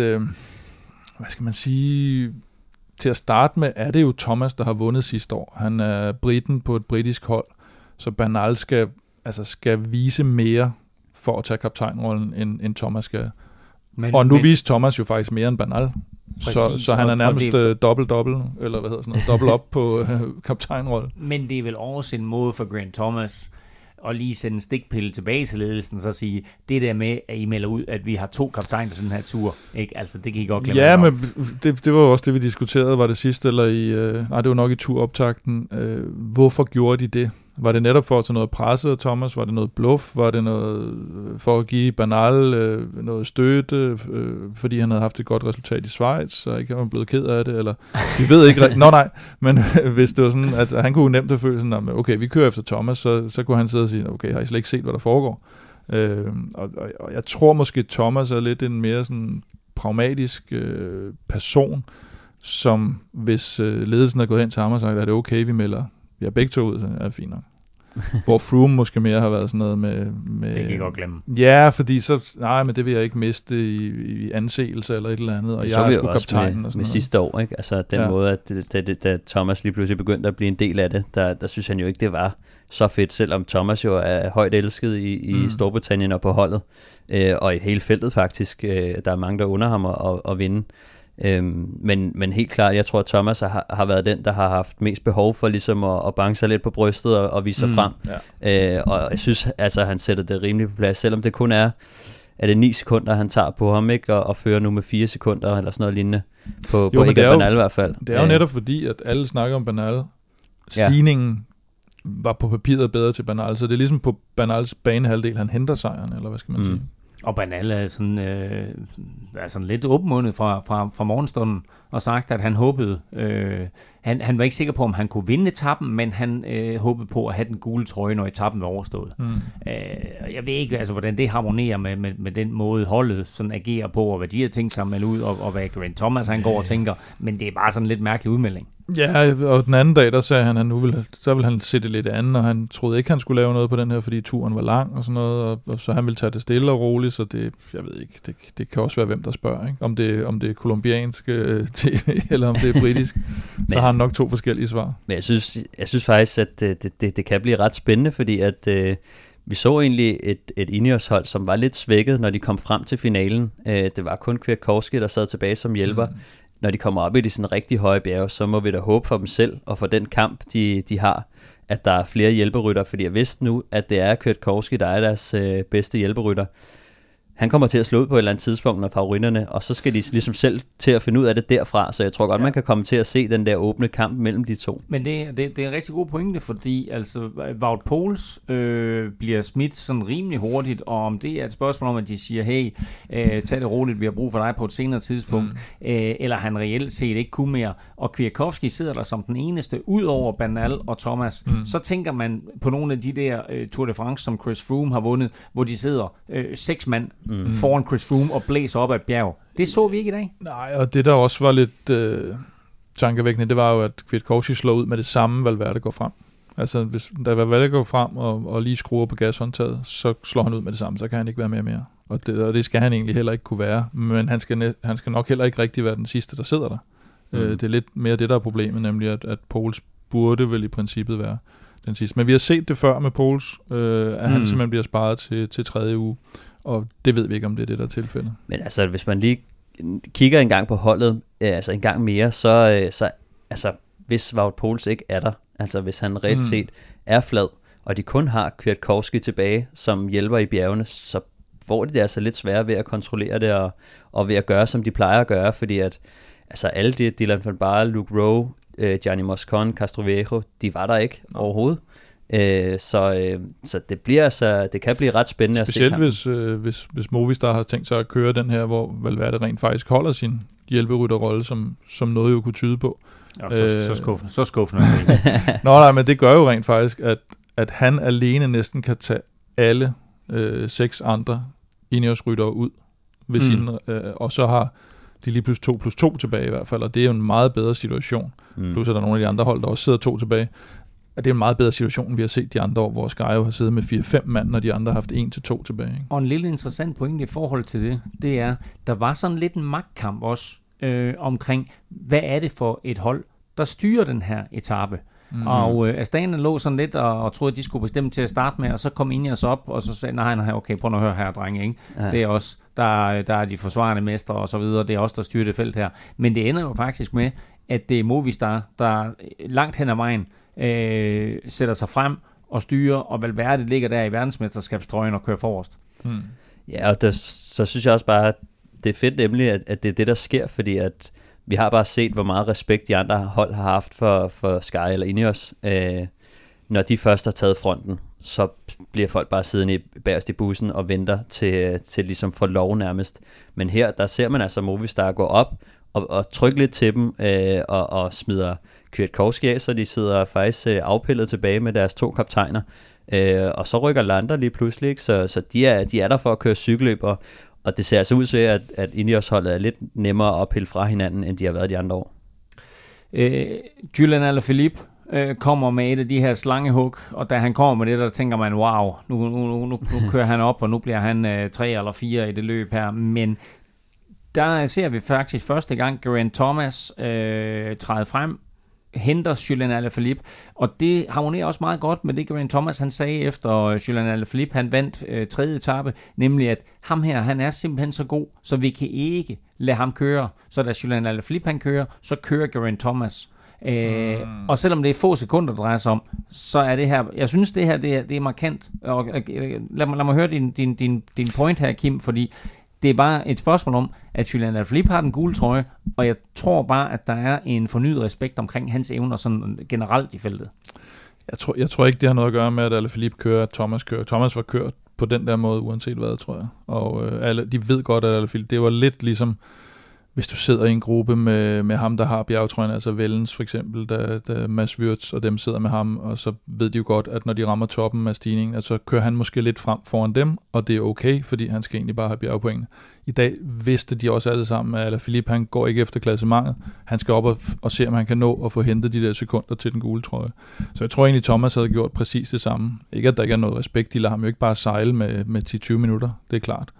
til at starte med, er det jo Thomas, der har vundet sidste år. Han er briten på et britisk hold, så Bernal skal vise mere for at tage kaptajnrollen, end Thomas skal. Og nu viste Thomas jo faktisk mere end Bernal. Så han er nærmest dobbelt, eller hvad hedder sådan noget, dobbelt op på kaptajnrollen. Men det er vel også en måde for Geraint Thomas at lige sende en stikpille tilbage til ledelsen, så sige, det der med, at I melder ud, at vi har 2 kaptajner til den her tur, ikke? Altså, det kan I godt glemme. Ja, men det var jo også det, vi diskuterede, var det sidste, eller det var nok i turoptakten. Hvorfor gjorde de det? Var det netop for at tage noget presse af Thomas? Var det noget bluff? Var det noget for at give Bernal noget støtte, fordi han havde haft et godt resultat i Schweiz, så ikke var blevet ked af det? Eller vi ved ikke rigtigt. Nej, men hvis det var sådan, at han kunne nemt have følt sådan, at okay, vi kører efter Thomas, så kunne han sidde og sige, okay, har I slet ikke set, hvad der foregår? Og jeg tror måske, Thomas er lidt en mere sådan pragmatisk person, som hvis ledelsen er gået hen til ham og sagt, er det okay, vi melder vi har begge to ud, så er det fint nok. Hvor Froome måske mere har været sådan noget med det kan jeg godt glemme. Ja, fordi så, men det vil jeg ikke miste i anseelse eller et eller andet, og det jeg er sgu kaptajnen og sådan med sidste år, ikke? Altså den måde, at da Thomas lige pludselig begyndte at blive en del af det, der synes han jo ikke, det var så fedt, selvom Thomas jo er højt elsket i Storbritannien og på holdet, og i hele feltet faktisk. Der er mange, der under ham at vinde. Men helt klart, jeg tror, at Thomas har været den, der har haft mest behov for ligesom at banke sig lidt på brystet og vise sig frem. Ja. Og jeg synes, altså han sætter det rimelig på plads, selvom det kun er det 9 sekunder, han tager på ham, ikke? Og fører nu med 4 sekunder eller sådan noget lignende på Bernal i hvert fald. Det er jo netop fordi, at alle snakker om Bernal. Stigningen var på papiret bedre til Bernal, så det er ligesom på Bernals banehalvdel, han henter sejren, eller hvad skal man sige? Og Bernal er sådan lidt åbenmundet fra morgenstunden og sagt, at han håbede, han var ikke sikker på, om han kunne vinde etappen, men han håbede på at have den gule trøje, når etappen var overstået. Jeg ved ikke, altså, hvordan det harmonerer med den måde, holdet sådan agerer på, og hvad de har tænkt sig at melde ud, og hvad Geraint Thomas han går og tænker, men det er bare sådan en lidt mærkelig udmelding. Ja, og den anden dag, der sagde han, at så ville han se det lidt andet, og han troede ikke, han skulle lave noget på den her, fordi turen var lang og sådan noget, og så han ville tage det stille og roligt, så det, jeg ved ikke, det kan også være, hvem der spørger, ikke? Om det er kolumbiansk tv, eller om det er britisk, så har han nok 2 forskellige svar. Men jeg synes faktisk, at det kan blive ret spændende, fordi at vi så egentlig et Ineos-hold, som var lidt svækket, når de kom frem til finalen. Det var kun Kwiatkowski, der sad tilbage som hjælper. Når de kommer op i de sådan rigtig høje bjerge, så må vi da håbe for dem selv, og for den kamp, de har, at der er flere hjælperytter, fordi jeg vidste nu, at det er Kwiatkowski, der er deres bedste hjælperytter. Han kommer til at slå ud på et eller andet tidspunkt, når favoritterne, og så skal de ligesom selv til at finde ud af det derfra, så jeg tror godt, man kan komme til at se den der åbne kamp mellem de to. Men det er en rigtig god pointe, fordi altså Wout Poels bliver smidt sådan rimelig hurtigt, og om det er et spørgsmål om, at de siger, hey, tag det roligt, vi har brug for dig på et senere tidspunkt, eller han reelt set ikke kunne mere, og Kwiatkowski sidder der som den eneste, ud over Bernal og Thomas, så tænker man på nogle af de der Tour de France, som Chris Froome har vundet, hvor de sidder 6 mand foran Chris Froome og blæser op ad et bjerg. Det så vi ikke i dag. Nej, og det der også var lidt tankevækkende, det var jo, at Kwiatkowski slår ud med det samme, Valverde går frem. Altså, hvis der vil valgt gå frem og lige skruer på gashåndtaget, så slår han ud med det samme, så kan han ikke være mere. Og det skal han egentlig heller ikke kunne være, men han skal nok heller ikke rigtig være den sidste, der sidder der. Det er lidt mere det, der er problemet, nemlig at Poels burde vel i princippet være den sidste. Men vi har set det før med Poels, at han simpelthen bliver sparet til 3. uge, og det ved vi ikke, om det er det, der er tilfældet. Men altså, hvis man lige kigger en gang på holdet, altså en gang mere, så altså, hvis Wout Poels ikke er der, altså hvis han reelt set er flad, og de kun har Kwiatkowski tilbage, som hjælper i bjergene, så får de det altså lidt sværere ved at kontrollere det, og ved at gøre, som de plejer at gøre, fordi at altså alle de, Dylan van Baarle, Luke Rowe, Gianni Moscon, Castroviejo, de var der ikke overhovedet. Så det bliver altså, det kan blive ret spændende specielt at se. Hvis Movistar har tænkt sig at køre den her, hvor Valverde rent faktisk holder sin hjælperytterrolle, som noget jo kunne tyde på. Ja, så skuffende. Nå nej, men det gør jo rent faktisk, at han alene næsten kan tage alle 6 andre Ineos-ryttere ud ved sin, og så har de lige pludselig 2+2 tilbage i hvert fald, og det er jo en meget bedre situation. Plus er der nogle af de andre hold, der også sidder 2 tilbage. Det er en meget bedre situation, end vi har set de andre år, hvor Sky jo har siddet med 4-5 mand, når de andre har haft 1-2 tilbage. Ikke? Og en lille interessant pointe i forhold til det er, der var sådan lidt en magtkamp også omkring, hvad er det for et hold, der styrer den her etape. Og Astana lå sådan lidt og troede, at de skulle bestemme til at starte med, og så kom Ineos op, og så sagde, nej, okay, prøv at høre her, drenge, ikke? Ja. Det er os, der er de forsvarende mestre og så videre, det er os, der styrer det felt her. Men det ender jo faktisk med, at det er Movistar, der langt hen ad vejen sætter sig frem og styrer, og Valverde ligger der i verdensmesterskabstrøjen og kører forrest. Ja, og så synes jeg også bare, at det er fedt nemlig, at det er det, der sker, fordi at vi har bare set, hvor meget respekt de andre hold har haft for Sky eller Ineos. Når de først har taget fronten, så bliver folk bare siddende bagerst i bussen og venter til ligesom for lov nærmest. Men her, der ser man altså Movistar gå op og trykke lidt til dem og smider Kwiatkowski af, så de sidder faktisk afpillet tilbage med deres 2 kaptajner. Og så rykker Landa lige pludselig, ikke? Så de er der for at køre cykelløb, og det ser altså ud til, at Ineos-holdet er lidt nemmere at ophælde fra hinanden, end de har været de andre år. Julian Alaphilippe kommer med et af de her slangehug, og da han kommer med det, der tænker man, wow, nu kører han op, og nu bliver han 3 eller 4 i det løb her. Men der ser vi faktisk første gang Geraint Thomas træde frem, henter Julian Alaphilippe, og det harmonerer også meget godt med det, Geraint Thomas han sagde efter Julian Alaphilippe, han vandt 3. etape, nemlig at ham her, han er simpelthen så god, så vi kan ikke lade ham køre, så da Julian Alaphilippe han kører, så kører Geraint Thomas. Og selvom det er få sekunder, der drejer sig om, så er det her, jeg synes det her, det er markant, og lad mig høre din point her, Kim, fordi det er bare et spørgsmål om, at Julian Alaphilippe har den gule trøje, og jeg tror bare, at der er en fornyet respekt omkring hans evner sådan generelt i feltet. Jeg tror ikke, det har noget at gøre med, at Alaphilippe kører, at Thomas kører. Thomas var kørt på den der måde, uanset hvad, tror jeg. Og de ved godt, at Alaphilippe, det var lidt ligesom, hvis du sidder i en gruppe med ham, der har bjergetrøjen, altså Wellens for eksempel, da Mads Wirtz og dem sidder med ham, og så ved de jo godt, at når de rammer toppen af stigningen, at så kører han måske lidt frem foran dem, og det er okay, fordi han skal egentlig bare have bjergepoengene. I dag vidste de også alle sammen, at Alaphilippe, han går ikke efter klassementet, han skal op og se, om han kan nå at få hentet de der sekunder til den gule trøje. Så jeg tror egentlig, Thomas havde gjort præcis det samme. Ikke at der ikke er noget respekt, de lader ham jo ikke bare sejle med 10-20 minutter, det er klart.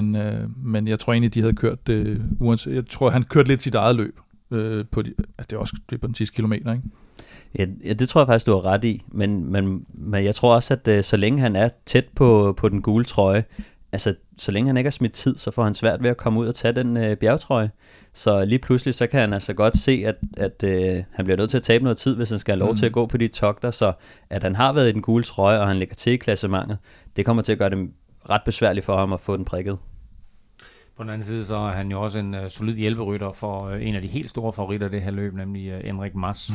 Men jeg tror egentlig, de havde kørt det, jeg tror, han kørte lidt sit eget løb på det er også det på den sidste kilometer, ikke? Ja, det tror jeg faktisk, du har ret i, men jeg tror også, at så længe han er tæt på den gule trøje, altså så længe han ikke har smidt tid, så får han svært ved at komme ud og tage den bjergtrøje. Så lige pludselig, så kan han altså godt se, at han bliver nødt til at tabe noget tid, hvis han skal have lov til at gå på de togter, så at han har været i den gule trøje, og han ligger til i klassementet, det kommer til at gøre det ret besværligt for ham at få den prikket. På den anden side, så er han jo også en solid hjælperytter for en af de helt store favoritter det her løb, nemlig Enric Mas.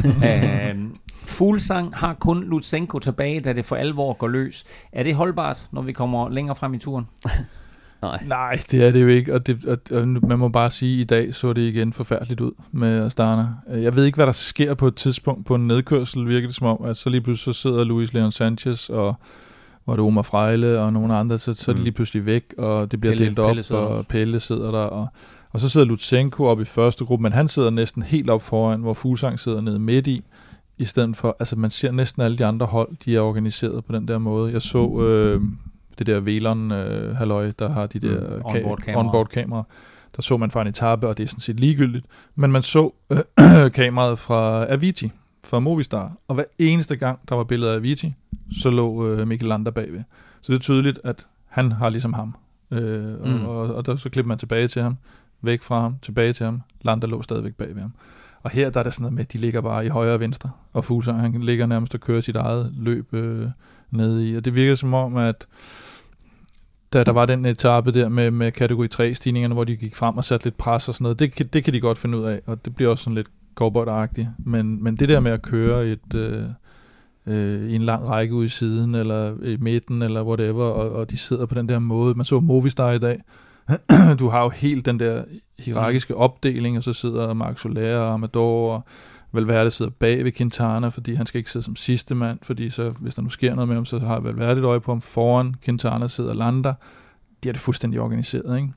Fuglsang har kun Lutsenko tilbage, da det for alvor går løs. Er det holdbart, når vi kommer længere frem i turen? Nej, det er det jo ikke, og man må bare sige, at i dag så det igen forfærdeligt ud med Astana. Jeg ved ikke, hvad der sker på et tidspunkt på en nedkørsel, virker det som om, at så lige pludselig så sidder Luis Leon Sanchez og hvor det er Omar Frejle og nogle andre, så er det lige pludselig væk, og det bliver delt op, og Pelle sidder der, og så sidder Lutsenko op i første gruppe, men han sidder næsten helt op foran, hvor Fuglsang sidder nede midt i i stedet for, altså man ser næsten alle de andre hold, de er organiseret på den der måde. Jeg så det der Velon halløj, der har de der onboard-kameraer. Der så man fra en etape, og det er sådan set ligegyldigt. Men man så kameraet fra Avicii, fra Movistar, og hver eneste gang, der var billeder af Avicii, så lå Mikel Landa bagved. Så det er tydeligt, at han har ligesom ham. Og der, så klipper man tilbage til ham, væk fra ham, tilbage til ham. Landa lå stadigvæk bagved ham. Og her der er det sådan noget med, at de ligger bare i højre og venstre, og Fuglsang, han ligger nærmest og kører sit eget løb nede i. Og det virker som om, at da der var den etape der med kategori 3-stigningerne, hvor de gik frem og satte lidt pres og sådan noget, det kan de godt finde ud af, og det bliver også sådan lidt cowboy-agtigt. Men det der med at køre i en lang række ude i siden, eller i midten, eller whatever, og de sidder på den der måde. Man så Movistar i dag. Du har jo helt den der hierarkiske opdeling, og så sidder Marc Soler og Amador, og Valverde sidder bag ved Quintana, fordi han skal ikke sidde som sidste mand, fordi så, hvis der nu sker noget med ham, så har Valverde et øje på ham. Foran Quintana sidder Landa. De er det fuldstændig organiseret, ikke?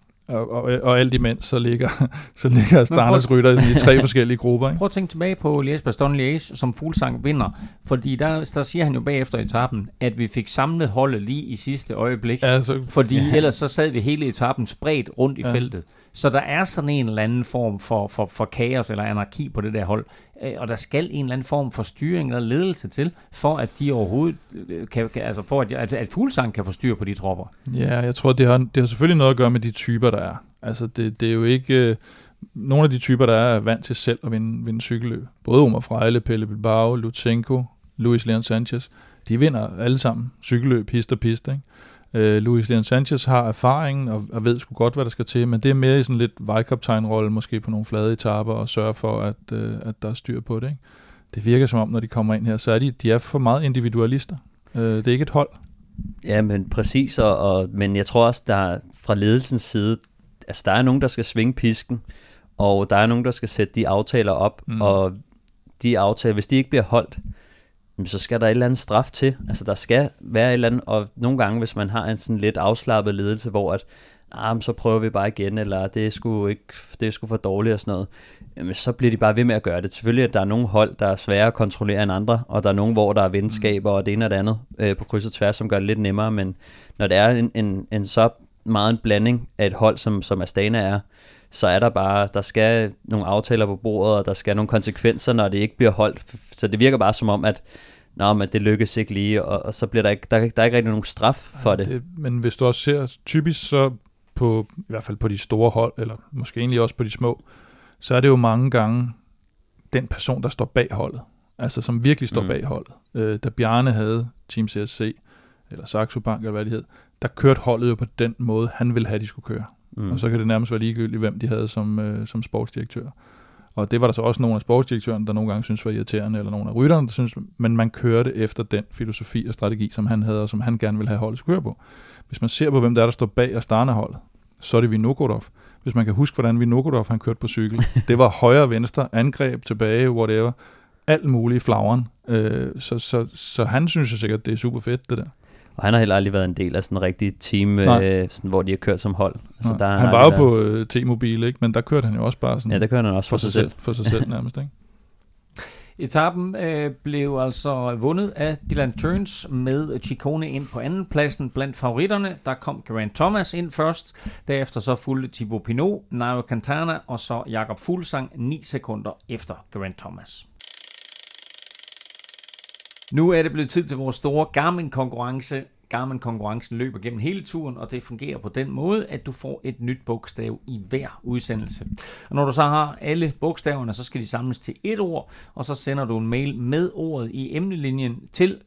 Og alt imens, så ligger Starners rytter i 3 forskellige grupper. Ikke? Prøv at tænke tilbage på Liège-Bastogne-Liège, som Fuglsang vinder, fordi der siger han jo bagefter etappen, at vi fik samlet holdet lige i sidste øjeblik, fordi ellers så sad vi hele etappen spredt rundt i feltet. Så der er sådan en eller anden form for kaos eller anarki på det der hold, og der skal en eller anden form for styring eller ledelse til, for at de overhovedet kan, altså for at Fuglsang kan få styr på de tropper. Ja, jeg tror, det har selvfølgelig noget at gøre med de typer, der er. Altså det er jo ikke nogle af de typer, der er vant til selv at vinde cykelløb. Både Omar Freile, Pelle Bilbao, Lutsenko, Luis Leon Sanchez, de vinder alle sammen cykelløb, pist og pist, ikke? Luis Leon Sanchez har erfaringen og ved sgu godt, hvad der skal til, men det er mere i sådan lidt vejkaptajnrolle, måske på nogle flade etaper, og sørge for, at der er styr på det. Ikke? Det virker som om, når de kommer ind her, så er de er for meget individualister. Det er ikke et hold. Ja, men præcis, men jeg tror også, der fra ledelsens side, altså der er nogen, der skal svinge pisken, og der er nogen, der skal sætte de aftaler op, og de aftaler, hvis de ikke bliver holdt, så skal der et eller andet straf til. Altså der skal være et eller andet, og nogle gange, hvis man har en sådan lidt afslappet ledelse, hvor at, så prøver vi bare igen, eller det er sgu for dårligt og sådan noget, jamen, så bliver de bare ved med at gøre det. Selvfølgelig, at der er nogle hold, der er svære at kontrollere end andre, og der er nogle, hvor der er venskaber og det ene og det andet på kryds og tværs, som gør det lidt nemmere, men når det er en så meget en blanding af et hold, som Astana er, så er der skal nogle aftaler på bordet, og der skal nogle konsekvenser, når det ikke bliver holdt. Så det virker bare som om, at men det lykkes ikke lige, og så bliver der er ikke rigtig nogen straf for det. Men hvis du også ser typisk så på, i hvert fald på de store hold, eller måske egentlig også på de små, så er det jo mange gange den person, der står bag holdet. Altså som virkelig står bag holdet. Da Bjarne havde Team CSC, eller Saxo Bank, eller hvad det hed, der kørte holdet jo på den måde, han ville have, de skulle køre. Og så kan det nærmest være ligegyldigt, hvem de havde som sportsdirektør. Og det var der så også nogle af sportsdirektørerne, der nogle gange synes var irriterende, eller nogle af rytterne, der synes, men man kørte efter den filosofi og strategi, som han havde, og som han gerne ville have holdet skulle køre på. Hvis man ser på, hvem der står bag Astana-holdet, så er det Vinokurov. Hvis man kan huske, hvordan Vinokurov han kørte på cykel, det var højre og venstre, angreb, tilbage, whatever, alt muligt i flagren. Så han synes jo sikkert, det er super fedt, det der. Og han har heller aldrig været en del af sådan en rigtig team, sådan, hvor de har kørt som hold. Altså, der han var jo på T-Mobile, ikke? Men der kørte han jo også bare sådan. Ja, der kørte han også for sig selv. For sig selv nærmest, ikke? Etappen blev altså vundet af Dylan Teuns med Ciccone ind på andenpladsen blandt favoritterne. Der kom Geraint Thomas ind først. Derefter så fulgte Thibaut Pinot, Nairo Quintana og så Jakob Fuglsang 9 sekunder efter Geraint Thomas. Nu er det blevet tid til vores store Garmin-konkurrence. Garmin-konkurrencen løber gennem hele turen, og det fungerer på den måde, at du får et nyt bogstav i hver udsendelse. Og når du så har alle bogstaverne, så skal de samles til et ord, og så sender du en mail med ordet i emnelinjen til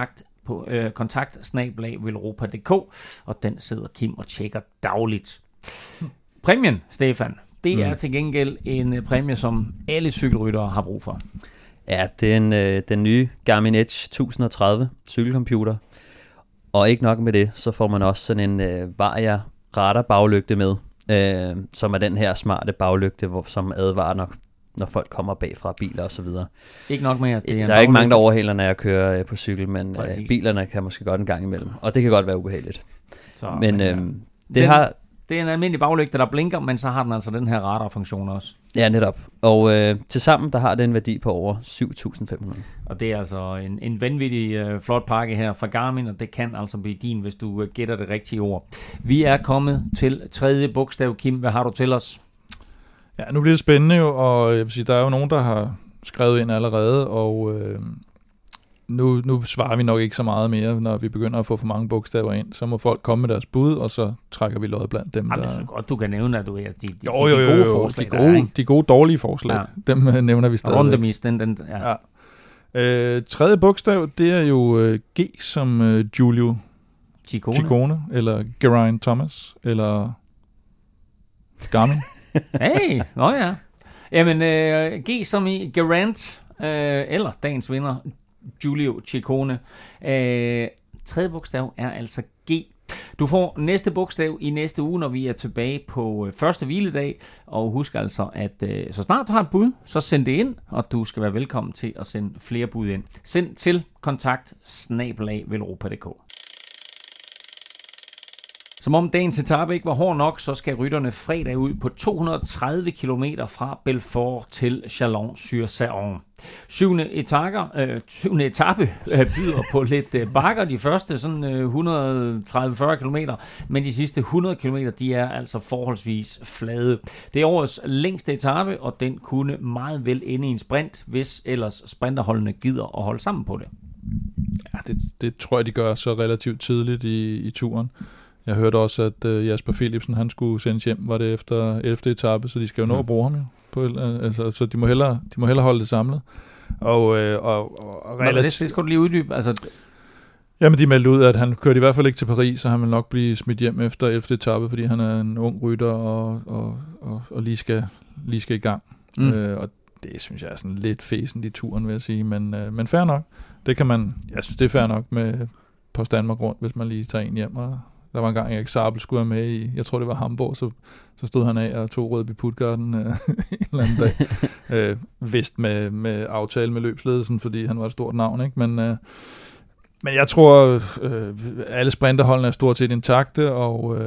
kontakt@velropa.dk, og den sidder Kim og tjekker dagligt. Præmien, Stefan, det er til gengæld en præmie, som alle cykelryttere har brug for. Ja, det er den nye Garmin Edge 1030 cykelcomputer. Og ikke nok med det, så får man også sådan en Varia radar baglygte med, som er den her smarte baglygte, som advarer, når folk kommer bagfra biler og så videre. Ikke nok med, at det er der er ikke mange, der overhaler, når jeg kører på cykel, men bilerne kan måske godt en gang imellem. Og det kan godt være ubehageligt. Så, men Det er en almindelig baglygte, der blinker, men så har den altså den her radarfunktion også. Ja, netop. Og tilsammen, der har det en værdi på over 7.500. Og det er altså en vanvittig flot pakke her fra Garmin, og det kan altså blive din, hvis du gætter det rigtige ord. Vi er kommet til tredje bogstav, Kim. Hvad har du til os? Ja, nu bliver det spændende jo, og jeg vil sige, der er jo nogen, der har skrevet ind allerede, og nu svarer vi nok ikke så meget mere, når vi begynder at få for mange bogstaver ind. Så må folk komme med deres bud, og så trækker vi loddet blandt dem, Jamen, der... jeg synes godt, du kan nævne, at du er de gode forslag. De gode, dårlige forslag, dem nævner vi stadig. Rundemis, ja. Tredje bogstav, det er jo G som Giulio Ciccone, eller Geraint Thomas, eller Garmin. Hey, ja. Jamen, G som i Geraint, eller dagens vinder, Giulio Ciccone. Tredje bogstav er altså G. Du får næste bogstav i næste uge, når vi er tilbage på første hviledag. Og husk altså, at så snart du har et bud, så send det ind, og du skal være velkommen til at sende flere bud ind. Send til kontakt@velropa.dk. Som om dagens etape ikke var hård nok, så skal rytterne fredag ud på 230 km fra Belfort til Chalon-sur-Saône. Syvende etape byder på lidt bakker, de første sådan 130-40 km, men de sidste 100 km, de er altså forholdsvis flade. Det er årets længste etape, og den kunne meget vel ende i en sprint, hvis ellers sprinterholdene gider at holde sammen på det. Ja, det tror jeg, de gør så relativt tidligt i turen. Jeg hørte også, at Jasper Philipsen, han skulle sendes hjem, var det efter 11. etape, så de skal jo nå at bruge ham jo. Så de må hellere holde det samlet. Og det skal du lige uddybe. Altså... Jamen, de meldte ud, at han kørte i hvert fald ikke til Paris, så han vil nok blive smidt hjem efter 11. etape, fordi han er en ung rytter og lige skal i gang. Og det synes jeg er sådan lidt fæsent i turen, vil jeg sige. Men fair nok. Jeg synes, det er fair nok med Post Danmark rundt, hvis man lige tager en hjem. Og der var en gang, Erik Sabel skulle være med i, jeg tror det var Hamburg, så stod han af og tog Rødby Puttgarden en eller anden dag. Vist med aftale med løbsledelsen, fordi han var et stort navn, ikke? Men jeg tror, alle sprinterholdene er stort set intakte, og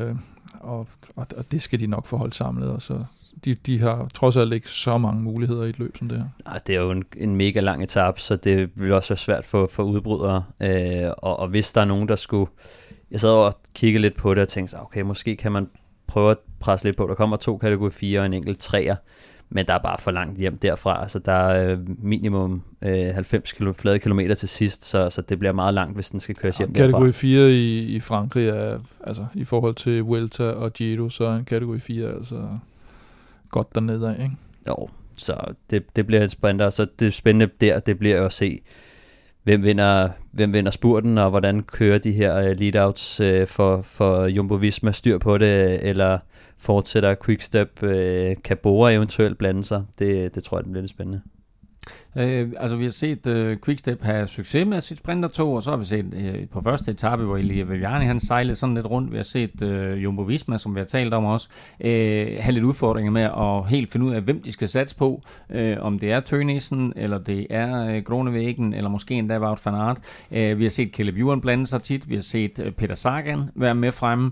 det skal de nok få holdt samlet, og så de har trods alt ikke så mange muligheder i et løb som det her. Nej, det er jo en mega lang etape, så det vil også være svært for udbrydere, og hvis der er nogen, der skulle... Jeg sad og kiggede lidt på det og tænkte, okay, måske kan man prøve at presse lidt på. Der kommer 2 kategori 4 og en enkelt 3'er, men der er bare for langt hjem derfra. Altså, der er minimum 90 flade kilometer til sidst, så det bliver meget langt, hvis den skal køres hjem derfra. Kategori 4 i Frankrig er, altså i forhold til Vuelta og Giro, så er en kategori 4 altså godt dernede af, ikke? Jo, så det bliver et sprinter, så det spændende der, det bliver jo at se, hvem vinder spurten, og hvordan kører de her lead-outs for Jumbo-Visma, styr på det, eller fortsætter Quickstep, kan Bora eventuelt blande sig. Det tror jeg, det bliver lidt spændende. Altså vi har set Quickstep have succes med sit sprintertog, og så har vi set på første etape, hvor Elia Viviani han sejlede sådan lidt rundt. Vi har set Jumbo-Visma, som vi har talt om også, have lidt udfordringer med at helt finde ud af, hvem de skal satse på. Om det er Tønissen, eller det er Groenewegen, eller måske endda Wout van Aert. Vi har set Caleb Ewan blande sig tit. Vi har set Peter Sagan være med fremme.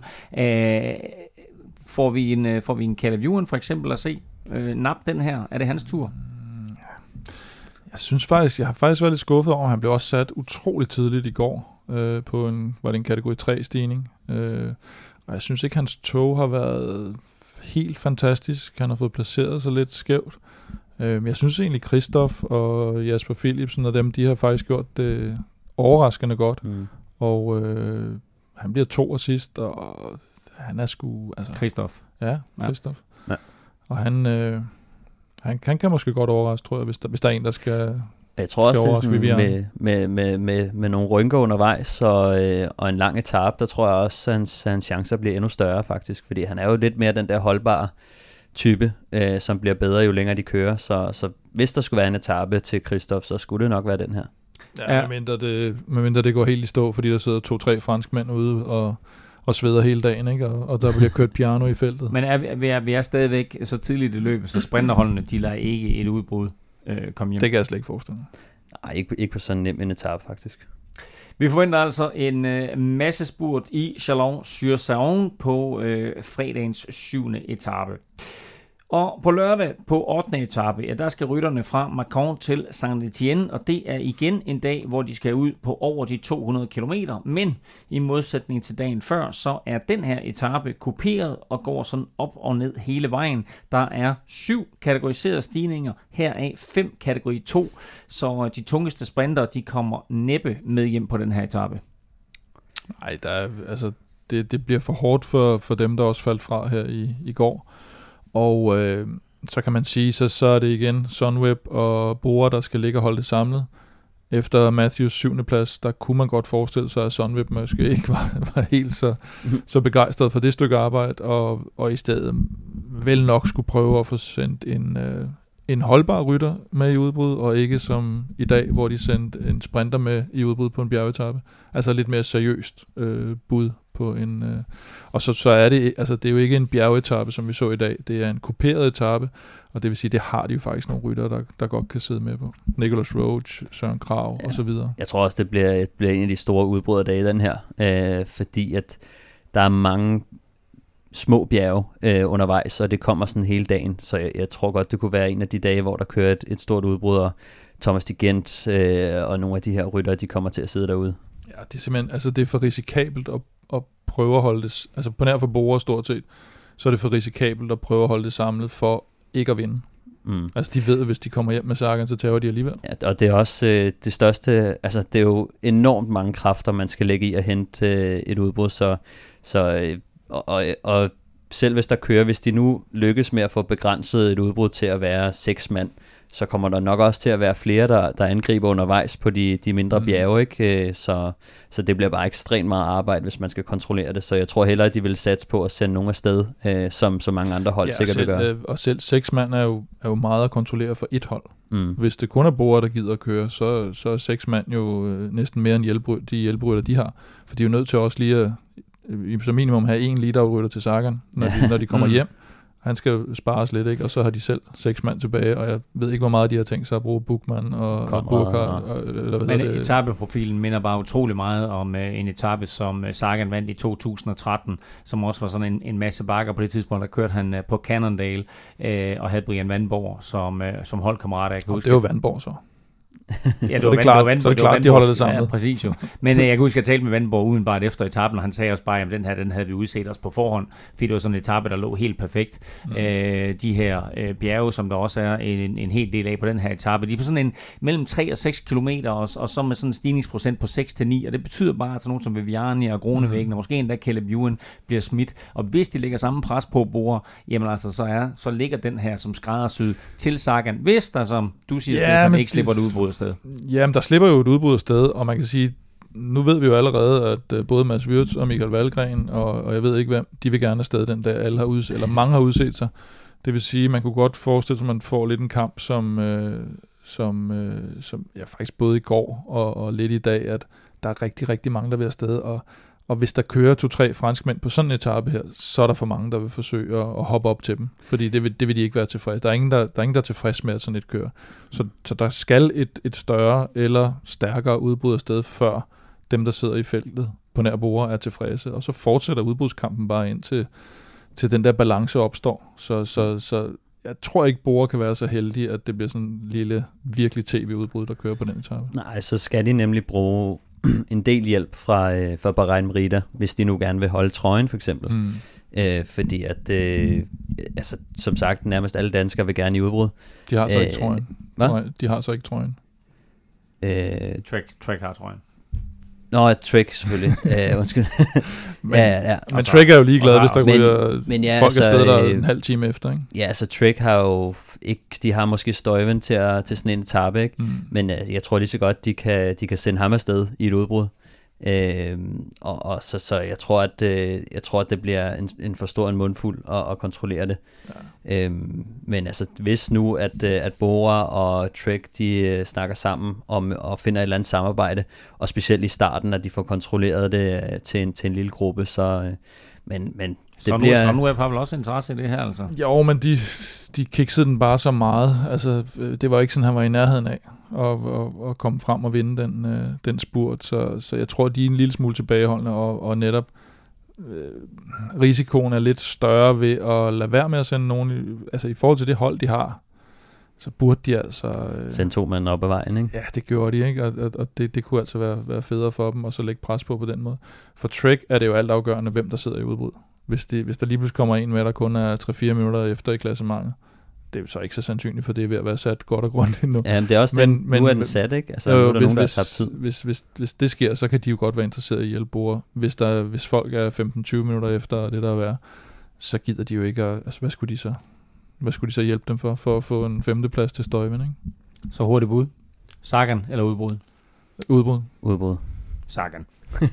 Får vi en Caleb Ewan for eksempel at se? Nap den her. Er det hans tur? Jeg har faktisk været lidt skuffet over, at han blev også sat utroligt tidligt i går på var det en kategori 3 stigning. Og jeg synes ikke, hans tog har været helt fantastisk. Han har fået placeret sig lidt skævt. Jeg synes egentlig, Christoph og Jasper Philipsen og dem, de har faktisk gjort det overraskende godt. Og han bliver 2 sidst, og han er sgu... Altså, Christoph. Ja, Christoph. Ja. Og han kan måske godt overraske, tror jeg, hvis der er en, der skal... Jeg tror også, det er med nogle rynker undervejs og en lang etape, der tror jeg også, at hans chancer bliver endnu større faktisk, fordi han er jo lidt mere den der holdbare type, som bliver bedre, jo længere de kører. Så hvis der skulle være en etape til Christoph, så skulle det nok være den her. Ja, medmindre det går helt i stå, fordi der sidder 2-3 franskmænd ude og sveder hele dagen, ikke? Og der bliver kørt piano i feltet. Men vi er stadigvæk så tidligt i løbet, så sprinterholdene, de lader ikke et udbrud komme hjem. Det kan jeg slet ikke forestille mig. Nej, ikke på sådan nem en etape, faktisk. Vi forventer altså en masse spurt i Chalon-sur-Saône på fredagens 7. etape. Og på lørdag på 8. etape, ja, der skal rytterne fra Mâcon til Saint-Étienne, og det er igen en dag, hvor de skal ud på over de 200 km, men i modsætning til dagen før, så er den her etape kuperet og går sådan op og ned hele vejen. Der er 7 kategoriserede stigninger, heraf 5 kategori 2, så de tungeste sprinter, de kommer næppe med hjem på den her etape. Nej, det bliver for hårdt for dem, der også faldt fra her i går. Og så kan man sige, så er det igen Sunweb og Bora, der skal ligge og holde det samlet. Efter Matthews 7. plads, der kunne man godt forestille sig, at Sunweb måske ikke var helt så begejstret for det stykke arbejde, og i stedet vel nok skulle prøve at få sendt en holdbar rytter med i udbrud, og ikke som i dag, hvor de sendte en sprinter med i udbrud på en bjergetappe. Altså lidt mere seriøst bud på en... Og så er det, altså det er jo ikke en bjergetappe, som vi så i dag. Det er en kuperet etape, og det vil sige, det har de jo faktisk nogle rytter, der godt kan sidde med på. Nicholas Roach, Søren Kragh og så videre. Jeg tror også, det bliver en af de store udbruderdage, den her, fordi at der er mange små bjerge undervejs, og det kommer sådan hele dagen, så jeg tror godt, det kunne være en af de dage, hvor der kører et stort udbrud, og Thomas de Gent og nogle af de her ryttere, de kommer til at sidde derude. Ja, det er simpelthen, altså det er for risikabelt at prøve at holde det, altså på nær for Bora stort set, så er det for risikabelt at prøve at holde det samlet for ikke at vinde. Mm. Altså de ved, at hvis de kommer hjem med Sagan, så tager de alligevel. Ja, og det er også det største, altså det er jo enormt mange kræfter, man skal lægge i at hente et udbrud, og selv hvis der kører, hvis de nu lykkes med at få begrænset et udbrud til at være 6 mand, så kommer der nok også til at være flere, der angriber undervejs på de mindre bjerge, ikke? Så det bliver bare ekstremt meget arbejde, hvis man skal kontrollere det. Så jeg tror hellere, at de vil satse på at sende nogen afsted, som så mange andre hold sikkert vil gøre. Og selv 6 mand er jo meget at kontrollere for et hold. Mm. Hvis det kun er Bora, der gider at køre, så er 6 mand jo næsten mere end de hjælperytter, de har. For de er jo nødt til også lige at som minimum have 1 liter til Sagan, når de kommer hjem. Han skal spares lidt, ikke? Og så har de selv 6 mand tilbage, og jeg ved ikke, hvor meget de har tænkt sig at bruge Buchmann og Burkhardt. Men etapeprofilen minder bare utrolig meget om en etape, som Sagan vandt i 2013, som også var sådan en masse bakker. På det tidspunkt, der kørte han på Cannondale og havde Brian Vandborg som holdkammerat. Det var Vandborg så. Ja, så er det klart, de holder det sammen. Ja, præcis jo. Men jeg kan huske, at jeg talte med Vandborg udenbart efter etappen, og han sagde også bare, at den havde vi udset os på forhånd, fordi det var sådan en etape, der lå helt perfekt. De her bjerge, som der også er en hel del af på den her etape, de er på sådan en mellem 3 og 6 kilometer, og så med sådan en stigningsprocent på 6-9, og det betyder bare, at sådan nogen som Viviani og Gronevæggen, og måske endda Caleb Ewan bliver smidt, og hvis de lægger samme pres på Bora, jamen altså, så ligger den her som skræddersyd til Sagan, hvis der, som du siger, Stefan, ikke slipper et udbrud. Jamen, der slipper jo et udbrud af sted, og man kan sige, nu ved vi jo allerede, at både Mads Wirtz og Michael Valgren, og jeg ved ikke hvem, de vil gerne afsted den dag, eller mange har udset sig. Det vil sige, man kunne godt forestille sig, at man får lidt en kamp, som faktisk både i går og lidt i dag, at der er rigtig, rigtig mange, der vil afsted, og hvis der kører 2-3 franskmænd på sådan en etape her, så er der for mange, der vil forsøge at hoppe op til dem. Fordi det vil de ikke være tilfredse. Der er ingen, der er tilfreds med, at sådan et kører. Så der skal et større eller stærkere udbrud af sted, før dem, der sidder i feltet på nær Bora, er tilfredse. Og så fortsætter udbrudskampen bare ind til den der balance opstår. Så jeg tror ikke, Bora kan være så heldig, at det bliver sådan en lille, virkelig tv-udbrud, der kører på den etape. Nej, så skal de nemlig bruge en del hjælp fra Bahrain Merida, hvis de nu gerne vil holde trøjen for eksempel. Fordi at altså, som sagt, nærmest alle danskere vil gerne i udbrud. De har så ikke trøjen. De har så ikke trøjen. Trek har trøjen. Nå, Trek selvfølgelig. Undskyld. Men Trek er jo ligeglad, hvis der ryger folk afsted der en halv time efter, ikke? Ja, så Trek har jo ikke, de har måske Stuyven til sådan en etape, ikke? Men jeg tror lige så godt, de kan sende ham afsted i et udbrud. Og så jeg tror, at det bliver en for stor en mundfuld at kontrollere det. Ja. Men altså, hvis nu at Bora og Trek de snakker sammen om og finder et eller andet samarbejde, og specielt i starten, at de får kontrolleret det til en lille gruppe, så men det bliver... Sunweb har vel også interesse i det her, altså? Jo, men de de kiksede den bare så meget. Altså, det var ikke sådan, han var i nærheden af at komme frem og vinde den spurt. Så jeg tror, de er en lille smule tilbageholdende, og netop risikoen er lidt større ved at lade være med at sende nogen, altså i forhold til det hold, de har, så burde de altså sende 2 mand op ad vejen, ikke? Ja, det gjorde de, ikke? Og det kunne altså være federe for dem, og så lægge pres på den måde. For Trek er det jo alt afgørende, hvem der sidder i udbrud. Hvis der lige pludselig kommer en med, der kun er 3-4 minutter efter i klassementet, det er jo så ikke så sandsynligt, for det er ved at være sat godt og grundigt nu. Ja, men det er også nu er den sat, ikke? Altså, nu er der nogen, der har tabt tid. Hvis det sker, så kan de jo godt være interesseret i at hjælpe Bora. Hvis folk er 15-20 minutter efter det, der er værd, så gider de jo ikke altså, hvad skulle de så hjælpe dem for at få en 5. plads til Stuyven, ikke? Så hurtigt bud. Sagan eller udbrud? Udbrud. Sagan.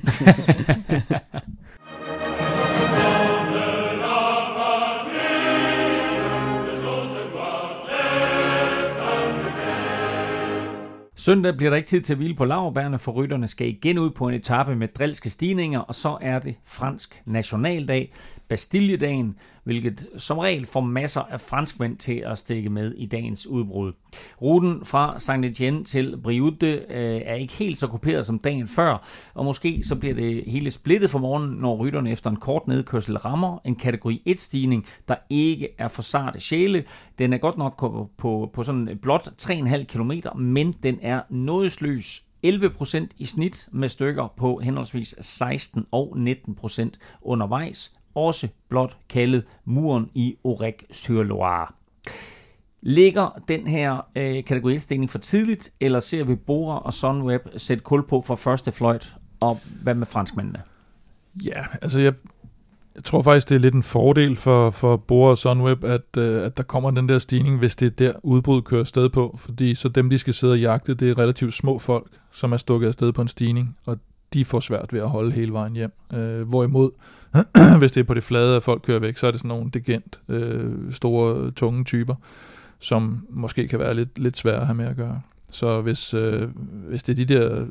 Søndag bliver der ikke tid til at hvile på laurbærrene, for rytterne skal igen ud på en etape med drilske stigninger, og så er det fransk nationaldag, Bastilledagen, hvilket som regel får masser af franskmænd til at stikke med i dagens udbrud. Ruten fra Saint-Étienne til Brioude er ikke helt så kuperet som dagen før, og måske så bliver det hele splittet for morgenen, når rytterne efter en kort nedkørsel rammer en kategori 1-stigning, der ikke er for sarte sjæle. Den er godt nok på sådan blot 3,5 kilometer, men den er nådesløs. 11% i snit med stykker på henholdsvis 16 og 19% undervejs. Også blot kaldet muren i Aurec-sur-Loire. Ligger den her kategoriindstigning for tidligt, eller ser vi Bora og Sunweb sætte kul på for første fløjt, og hvad med franskmændene? Ja, altså jeg tror faktisk, det er lidt en fordel for Bora og Sunweb, at der kommer den der stigning, hvis det er der udbrud kører sted på, fordi så dem, de skal sidde og jagte, det er relativt små folk, som er stukket afsted på en stigning, og de får svært ved at holde hele vejen hjem. Hvorimod, hvis det er på det flade, at folk kører væk, så er det sådan nogle degent, store, tunge typer, som måske kan være lidt svære at have med at gøre. Så hvis det er de der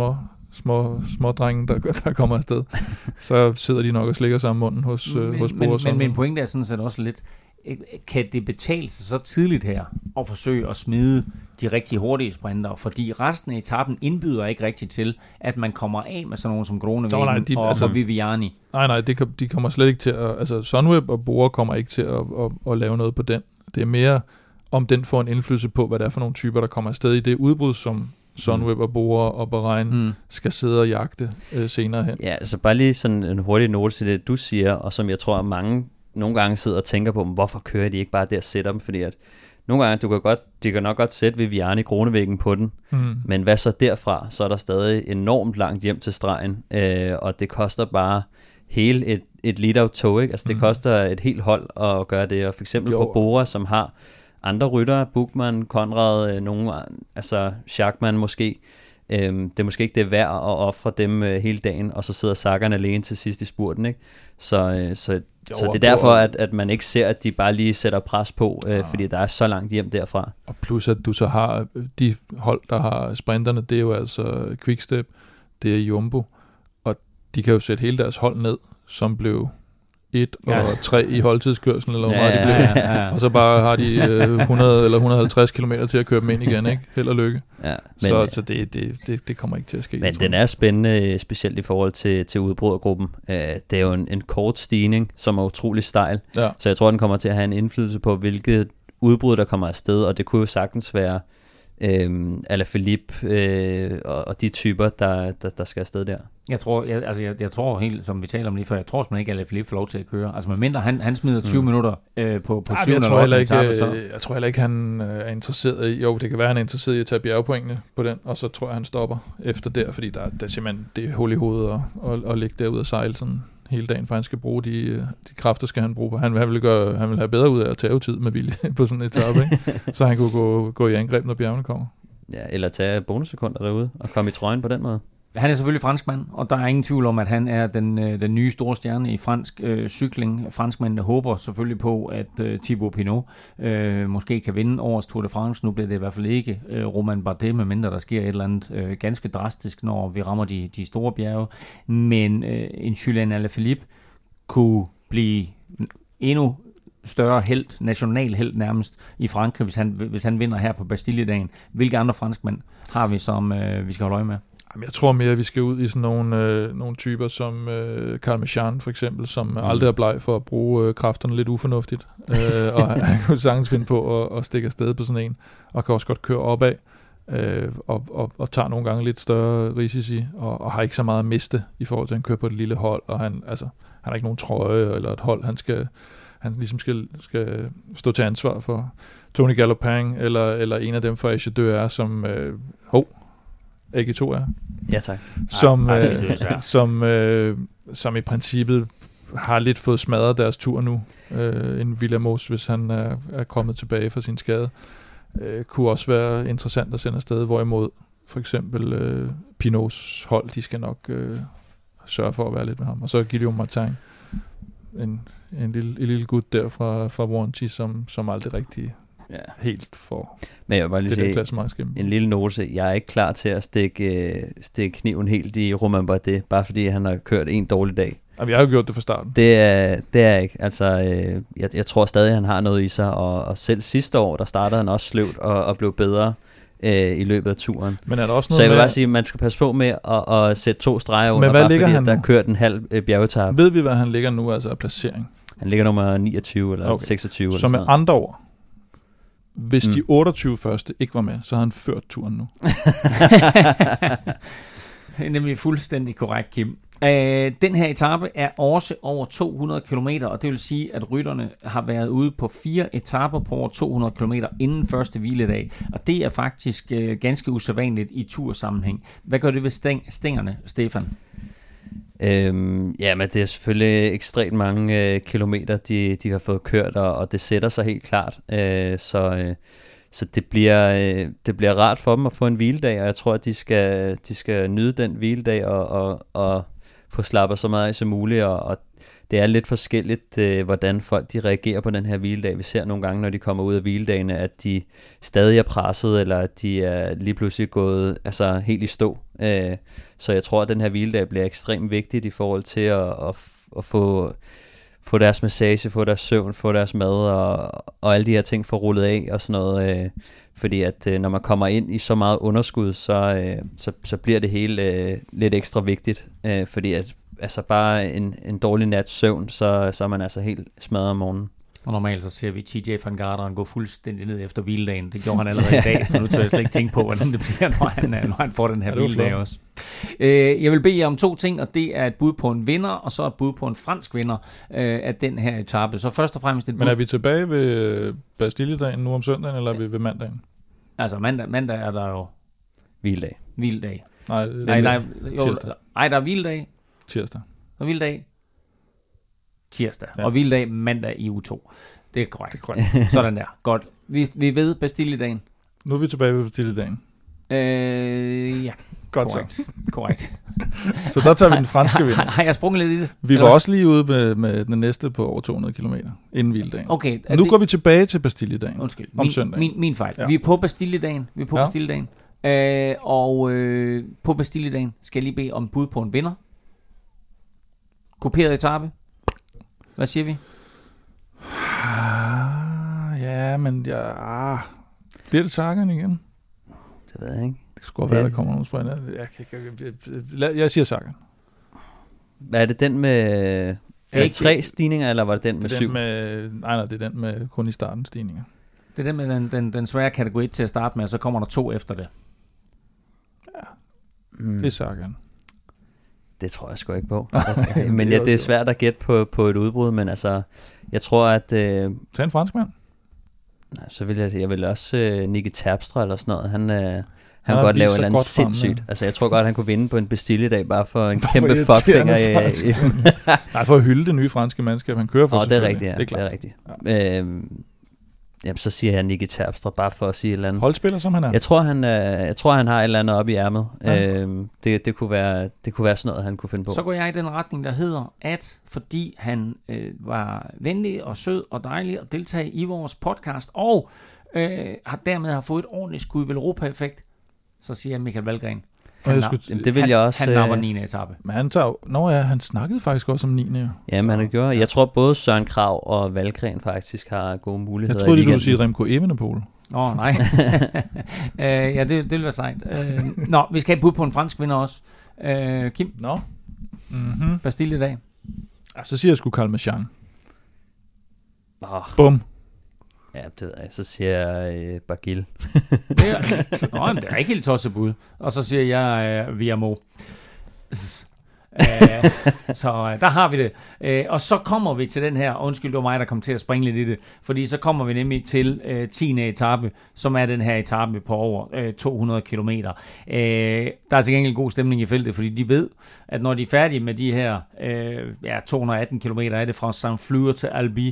små drenge, der kommer afsted, så sidder de nok og slikker sig om munden hos Bora. Men min pointe er sådan set også lidt, kan det betale sig så tidligt her at forsøge at smide de rigtig hurtige sprinter, fordi resten af etappen indbyder ikke rigtigt til, at man kommer af med sådan nogen som Groenewegen og Viviani. Nej, de kommer slet ikke til at, altså Sunweb og Bora kommer ikke til at lave noget på den. Det er mere, om den får en indflydelse på, hvad det er for nogle typer, der kommer afsted i det udbrud, som Sunweb og Bora og Bahrain skal sidde og jagte senere hen. Ja, altså bare lige sådan en hurtig note til det, du siger, og som jeg tror, at mange nogle gange sidder og tænker på, hvorfor kører de ikke bare der og sætter dem, fordi at nogle gange, de kan nok godt sætte Viviani Groenewegen på den, men hvad så derfra? Så er der stadig enormt langt hjem til stregen, og det koster bare hele et lead-out-tog, ikke? Altså det koster et helt hold at gøre det, og for eksempel på Bora, som har andre ryttere, Buchmann, Konrad, nogen, altså Schachmann måske, det er måske ikke det værd at ofre dem hele dagen, og så sidder Sagan alene til sidst i spurten, ikke? Så det er derfor, at man ikke ser, at de bare lige sætter pres på, fordi der er så langt hjem derfra. Og plus, at du så har de hold, der har sprinterne, det er jo altså Quickstep, det er Jumbo, og de kan jo sætte hele deres hold ned, som blev 1 og 3 i holdtidskørslen, eller hvor meget de blev. Og så bare har de 100 eller 150 kilometer til at køre dem ind igen, ikke? Held og lykke. Ja, men, så det kommer ikke til at ske. Men den er spændende, specielt i forhold til udbrydergruppen. Det er jo en kort stigning, som er utrolig stejl. Ja. Så jeg tror, den kommer til at have en indflydelse på, hvilket udbrud, der kommer afsted, og det kunne jo sagtens være Alaphilippe og de typer, der skal afsted der. Jeg tror helt, som vi taler om lige før, jeg tror simpelthen ikke, at Alaphilippe får lov til at køre. Altså medmindre han smider 20 minutter på 7. Jeg tror heller ikke, han er interesseret i, jo, det kan være, han er interesseret i at tage bjergpointene på den, og så tror jeg, han stopper efter der, fordi der er simpelthen det er hul i hovedet at ligge derude og sejle sådan hele dagen, for han skal bruge de kræfter, skal han bruge på. Han vil have bedre ud af at tage tid med vilje på sådan en etape, ikke? Så han kunne gå i angreb, når bjergene kommer. Ja, eller tage bonussekunder derude og komme i trøjen på den måde. Han er selvfølgelig franskmand, og der er ingen tvivl om, at han er den nye store stjerne i fransk cykling. Franskmændene håber selvfølgelig på, at Thibaut Pinot måske kan vinde årets Tour de France. Nu bliver det i hvert fald ikke Romain Bardet, medmindre der sker et eller andet ganske drastisk, når vi rammer de store bjerge. Men en Julian Alaphilippe kunne blive endnu større helt, national helt nærmest i Frankrig, hvis han vinder her på Bastilledagen. Hvilke andre franskmænd har vi, som vi skal holde øje med? Jeg tror mere, at vi skal ud i sådan nogle typer som Carl Mechan for eksempel, som aldrig er bleg for at bruge kræfterne lidt ufornuftigt. Og han kan sagtens finde på at stikke afsted på sådan en, og kan også godt køre opad, og tager nogle gange lidt større risici, og har ikke så meget at miste i forhold til, at han kører på et lille hold, og han har ikke nogen trøje eller et hold, han ligesom skal stå til ansvar for. Tony Galopin eller en af dem fra Age2R, som AG2 er. Ja, tak. Som i princippet har lidt fået smadret deres tur nu. En Villamos, hvis han er kommet tilbage fra sin skade, kunne også være interessant at sende afsted, hvorimod for eksempel Pinots hold, de skal nok sørge for at være lidt med ham. Og så Guillaume Martin, en lille gut der fra Warranty, som aldrig rigtig helt for men jeg vil bare lige sige, en lille note, jeg er ikke klar til at stikke kniven helt i Romain Bardet, bare fordi han har kørt en dårlig dag. Jamen, jeg har jo gjort det fra starten. Det er ikke. Altså, jeg tror stadig, han har noget i sig, og selv sidste år, der startede han også sløvt og blev bedre i løbet af turen. Men er der også noget så jeg vil bare sige, at man skal passe på med at sætte 2 streger under, bare fordi der er kørt en halv bjergetape. Ved vi, hvad han ligger nu, altså af placering? Han ligger nummer 29 eller 26. Så med andre ord, hvis de 28 første ikke var med, så har han ført turen nu. Det er nemlig fuldstændig korrekt, Kim. Den her etape er også over 200 km, og det vil sige, at rytterne har været ude på 4 etaper på over 200 km inden første hviledag, og det er faktisk ganske usædvanligt i tursammenhæng. Hvad gør det ved stængerne, Stefan? Ja, men det er selvfølgelig ekstremt mange kilometer, de har fået kørt, og det sætter sig helt klart. Så det bliver rart for dem at få en hviledag, og jeg tror, at de skal nyde den hviledag og få slappet så meget af som muligt, og det er lidt forskelligt, hvordan folk de reagerer på den her hviledag. Vi ser nogle gange, når de kommer ud af hviledagene, at de stadig er presset, eller at de er lige pludselig gået helt i stå. Så jeg tror, at den her hviledag bliver ekstremt vigtigt i forhold til at få deres massage, få deres søvn, få deres mad og alle de her ting få rullet af og sådan noget. Fordi at når man kommer ind i så meget underskud, så bliver det hele lidt ekstra vigtigt. Fordi at bare en dårlig nats søvn, så er man altså helt smadret om morgenen. Og normalt så ser vi TJ van Garderen gå fuldstændig ned efter hviledagen. Det gjorde han allerede i dag, så nu tør jeg slet ikke tænke på, hvordan det bliver, når han får den her hviledag også. Jeg vil bede jer om 2 ting, og det er et bud på en vinder, og så et bud på en fransk vinder af den her etape. Så først og fremmest et bud. Men er vi tilbage ved Bastilledagen nu om søndagen, eller er vi ved mandagen? Altså mandag er der jo hviledag. Nej, der er hviledag. Tirsdag. Og hviledag. Tirsdag. Ja. Og hviledag mandag i uge 2. Det er korrekt. Sådan der. Godt. Vi ved Bastilledagen. Nu er vi tilbage ved Bastilledagen. Ja. Godt korrekt. Så der tager vi den franske vinder. Har jeg sprunget lidt i det? Vi var også lige ude med den næste på over 200 km inden hviledagen. Okay. Nu går vi tilbage til Bastilledagen. Undskyld. Om søndagen. Min fejl. Ja. Vi er på Bastilledagen. Og på Bastilledagen skal jeg lige bede om bud på en vinder. Kuperet etape. Hvad siger vi? Ja, men bliver det Sagan igen? Det ved jeg ikke. Det skulle godt være, der kommer nogle sprinter. Jeg siger Sagan. Hvad er det den med 3 stigninger, eller var det den med 7? Nej, det er den med kun i starten stigninger. Det er den med den svære kategori til at starte med, og så kommer der 2 efter det. Ja, det er Sagan. Det tror jeg sgu ikke på. Men det er svært at gætte på et udbrud, men altså, jeg tror, at... Tag en franskmand. Nej, så vil jeg vil også Nicky Terpstra eller sådan noget. Han kan godt lave et eller andet sindssygt. Altså, jeg tror godt, han kunne vinde på en Bastilledag, bare for en kæmpe fuckfinger i... Nej, for at hylde det nye franske mandskab, han kører for. Det er rigtigt, ja. Det er rigtigt. Ja. Jamen, så siger jeg Nicky Terpstra, bare for at sige et eller andet. Holdspiller, som han er. Jeg tror, han har et eller andet op i ærmet. Ja. Det kunne være sådan noget, han kunne finde på. Så går jeg i den retning, der hedder, at fordi han var venlig og sød og dejlig at deltage i vores podcast, og dermed har fået et ordentligt skud Velropa-effekt, så siger jeg Michael Valgren. Det vil jeg også. Han napper 9. etape. Men han snakkede faktisk også om 9. Ja, men han gjorde. Jeg tror både Søren Kragh og Valgren faktisk har gode muligheder. Jeg troede, du ville sige Remco Evenepoel. Nej. Ja, det vil være sejt. Vi skal have bud på en fransk vinder også. Kim? Bastille i dag? Så siger jeg sgu Karl Machang. Bum. Ja, så siger jeg Barguil. Det er ikke helt tosset bud. Og så siger jeg Viamo. Så der har vi det. Og så kommer vi til den her, undskyld, det var mig, der kom til at springe lidt i det, fordi så kommer vi nemlig til 10. etape, som er den her etape på over 200 kilometer. Der er til gengæld god stemning i feltet, fordi de ved, at når de er færdige med de her 218 kilometer er det fra Saint-Flour til Albi,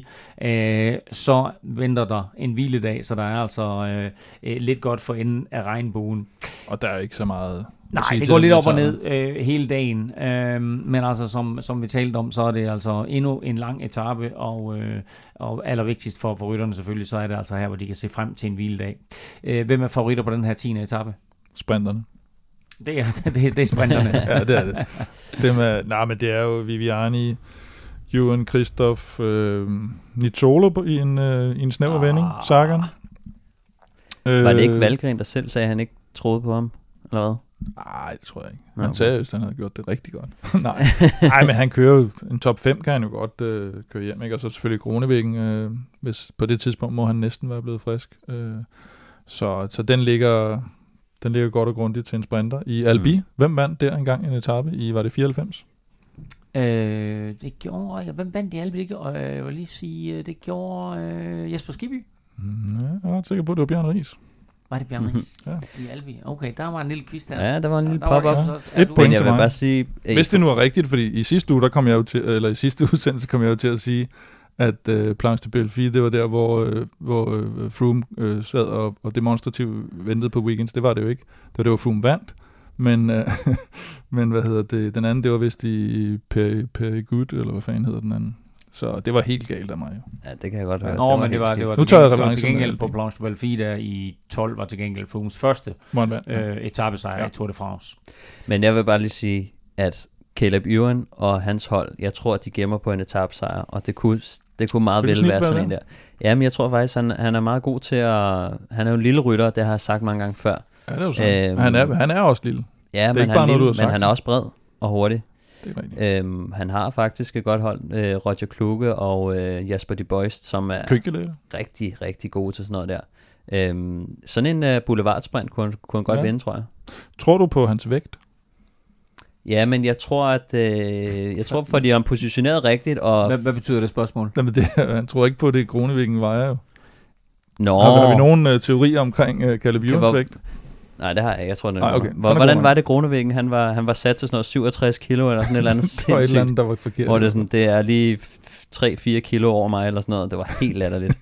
så venter der en hviledag, så der er altså lidt godt for enden af regnbuen. Og der er ikke så meget... Nej, det går lidt op og ned hele dagen, men altså som vi talte om, så er det altså endnu en lang etape, og allervigtigst for rytterne selvfølgelig, så er det altså her, hvor de kan se frem til en hviledag. Hvem er favoritter på den her 10. etape? Sprinterne. Det er sprinterne. Ja, det er det. Men det er jo Viviani, Ewan, Christoph, Nizzolo i en snæver vending, Sagan. Var det ikke Valgren, der selv sagde, at han ikke troede på ham, eller hvad? Nej, det tror jeg ikke. Han sagde, at han havde gjort det rigtig godt. Nej, men han kører jo en top 5, kan han jo godt køre hjem, ikke? Og så selvfølgelig Kronevæggen, hvis på det tidspunkt må han næsten være blevet frisk. Så den ligger godt og grundigt til en sprinter. I Albi, hvem vandt der engang en etape? Var det 94? Det gjorde jeg. Hvem vandt i Albi? Jeg vil lige sige, det gjorde Jesper Skibby. Jeg er ret sikker på, at det var Bjørn Riis. Var det Bjørn Riis i Albi? Okay, der var en lille quiz der. Ja, der var en lille pop-up. Et point til mig. Bare sige, hvis det nu er rigtigt, fordi i sidste uge, i sidste udsendelse kom jeg jo til at sige, at Planche de Belfi, det var der, hvor Froome sad og demonstrativt ventede på weekends. Det var det jo ikke. Det var der, hvor Froome vandt. Men hvad hedder det? Den anden, det var vist i Périgueux, eller hvad fanden hedder den anden? Så det var helt galt af mig. Ja, det kan jeg godt høre. Men det var nu tager jeg til gengæld på Planche de Belfi, der i 12 var til gengæld Froomes første etapesejr i Tour de France. Men jeg vil bare lige sige, at Caleb Ewan og hans hold, jeg tror, at de gemmer på en etapesejr, og det kunne meget vel være sådan en der. Ja, men jeg tror faktisk, han er meget god til at... Han er jo en lille rytter, det har jeg sagt mange gange før. Ja, det er jo sådan. Han er også lille. Ja, men han er også bred og hurtig. Han har faktisk et godt hold, Roger Kluge og Jasper de Boist, som er rigtig, rigtig gode til sådan noget der. Sådan en boulevardsprint kunne han godt vinde, tror jeg. Tror du på hans vægt? Ja, men jeg tror, fordi han positioneret rigtigt. Og hvad betyder det spørgsmål? Jamen han tror ikke på, at det Kronevæggen vejer jo. Nå. Har vi nogen teorier omkring Caleb Ewans vægt? Nej, det har jeg. Jeg tror, det okay. Hvordan var det Kronevæggen? Han var sat til sådan noget 67 kilo eller sådan et eller andet. Det var et eller andet, der var forkert. Hvor det er lige 3-4 kilo over mig eller sådan noget. Det var helt latterligt.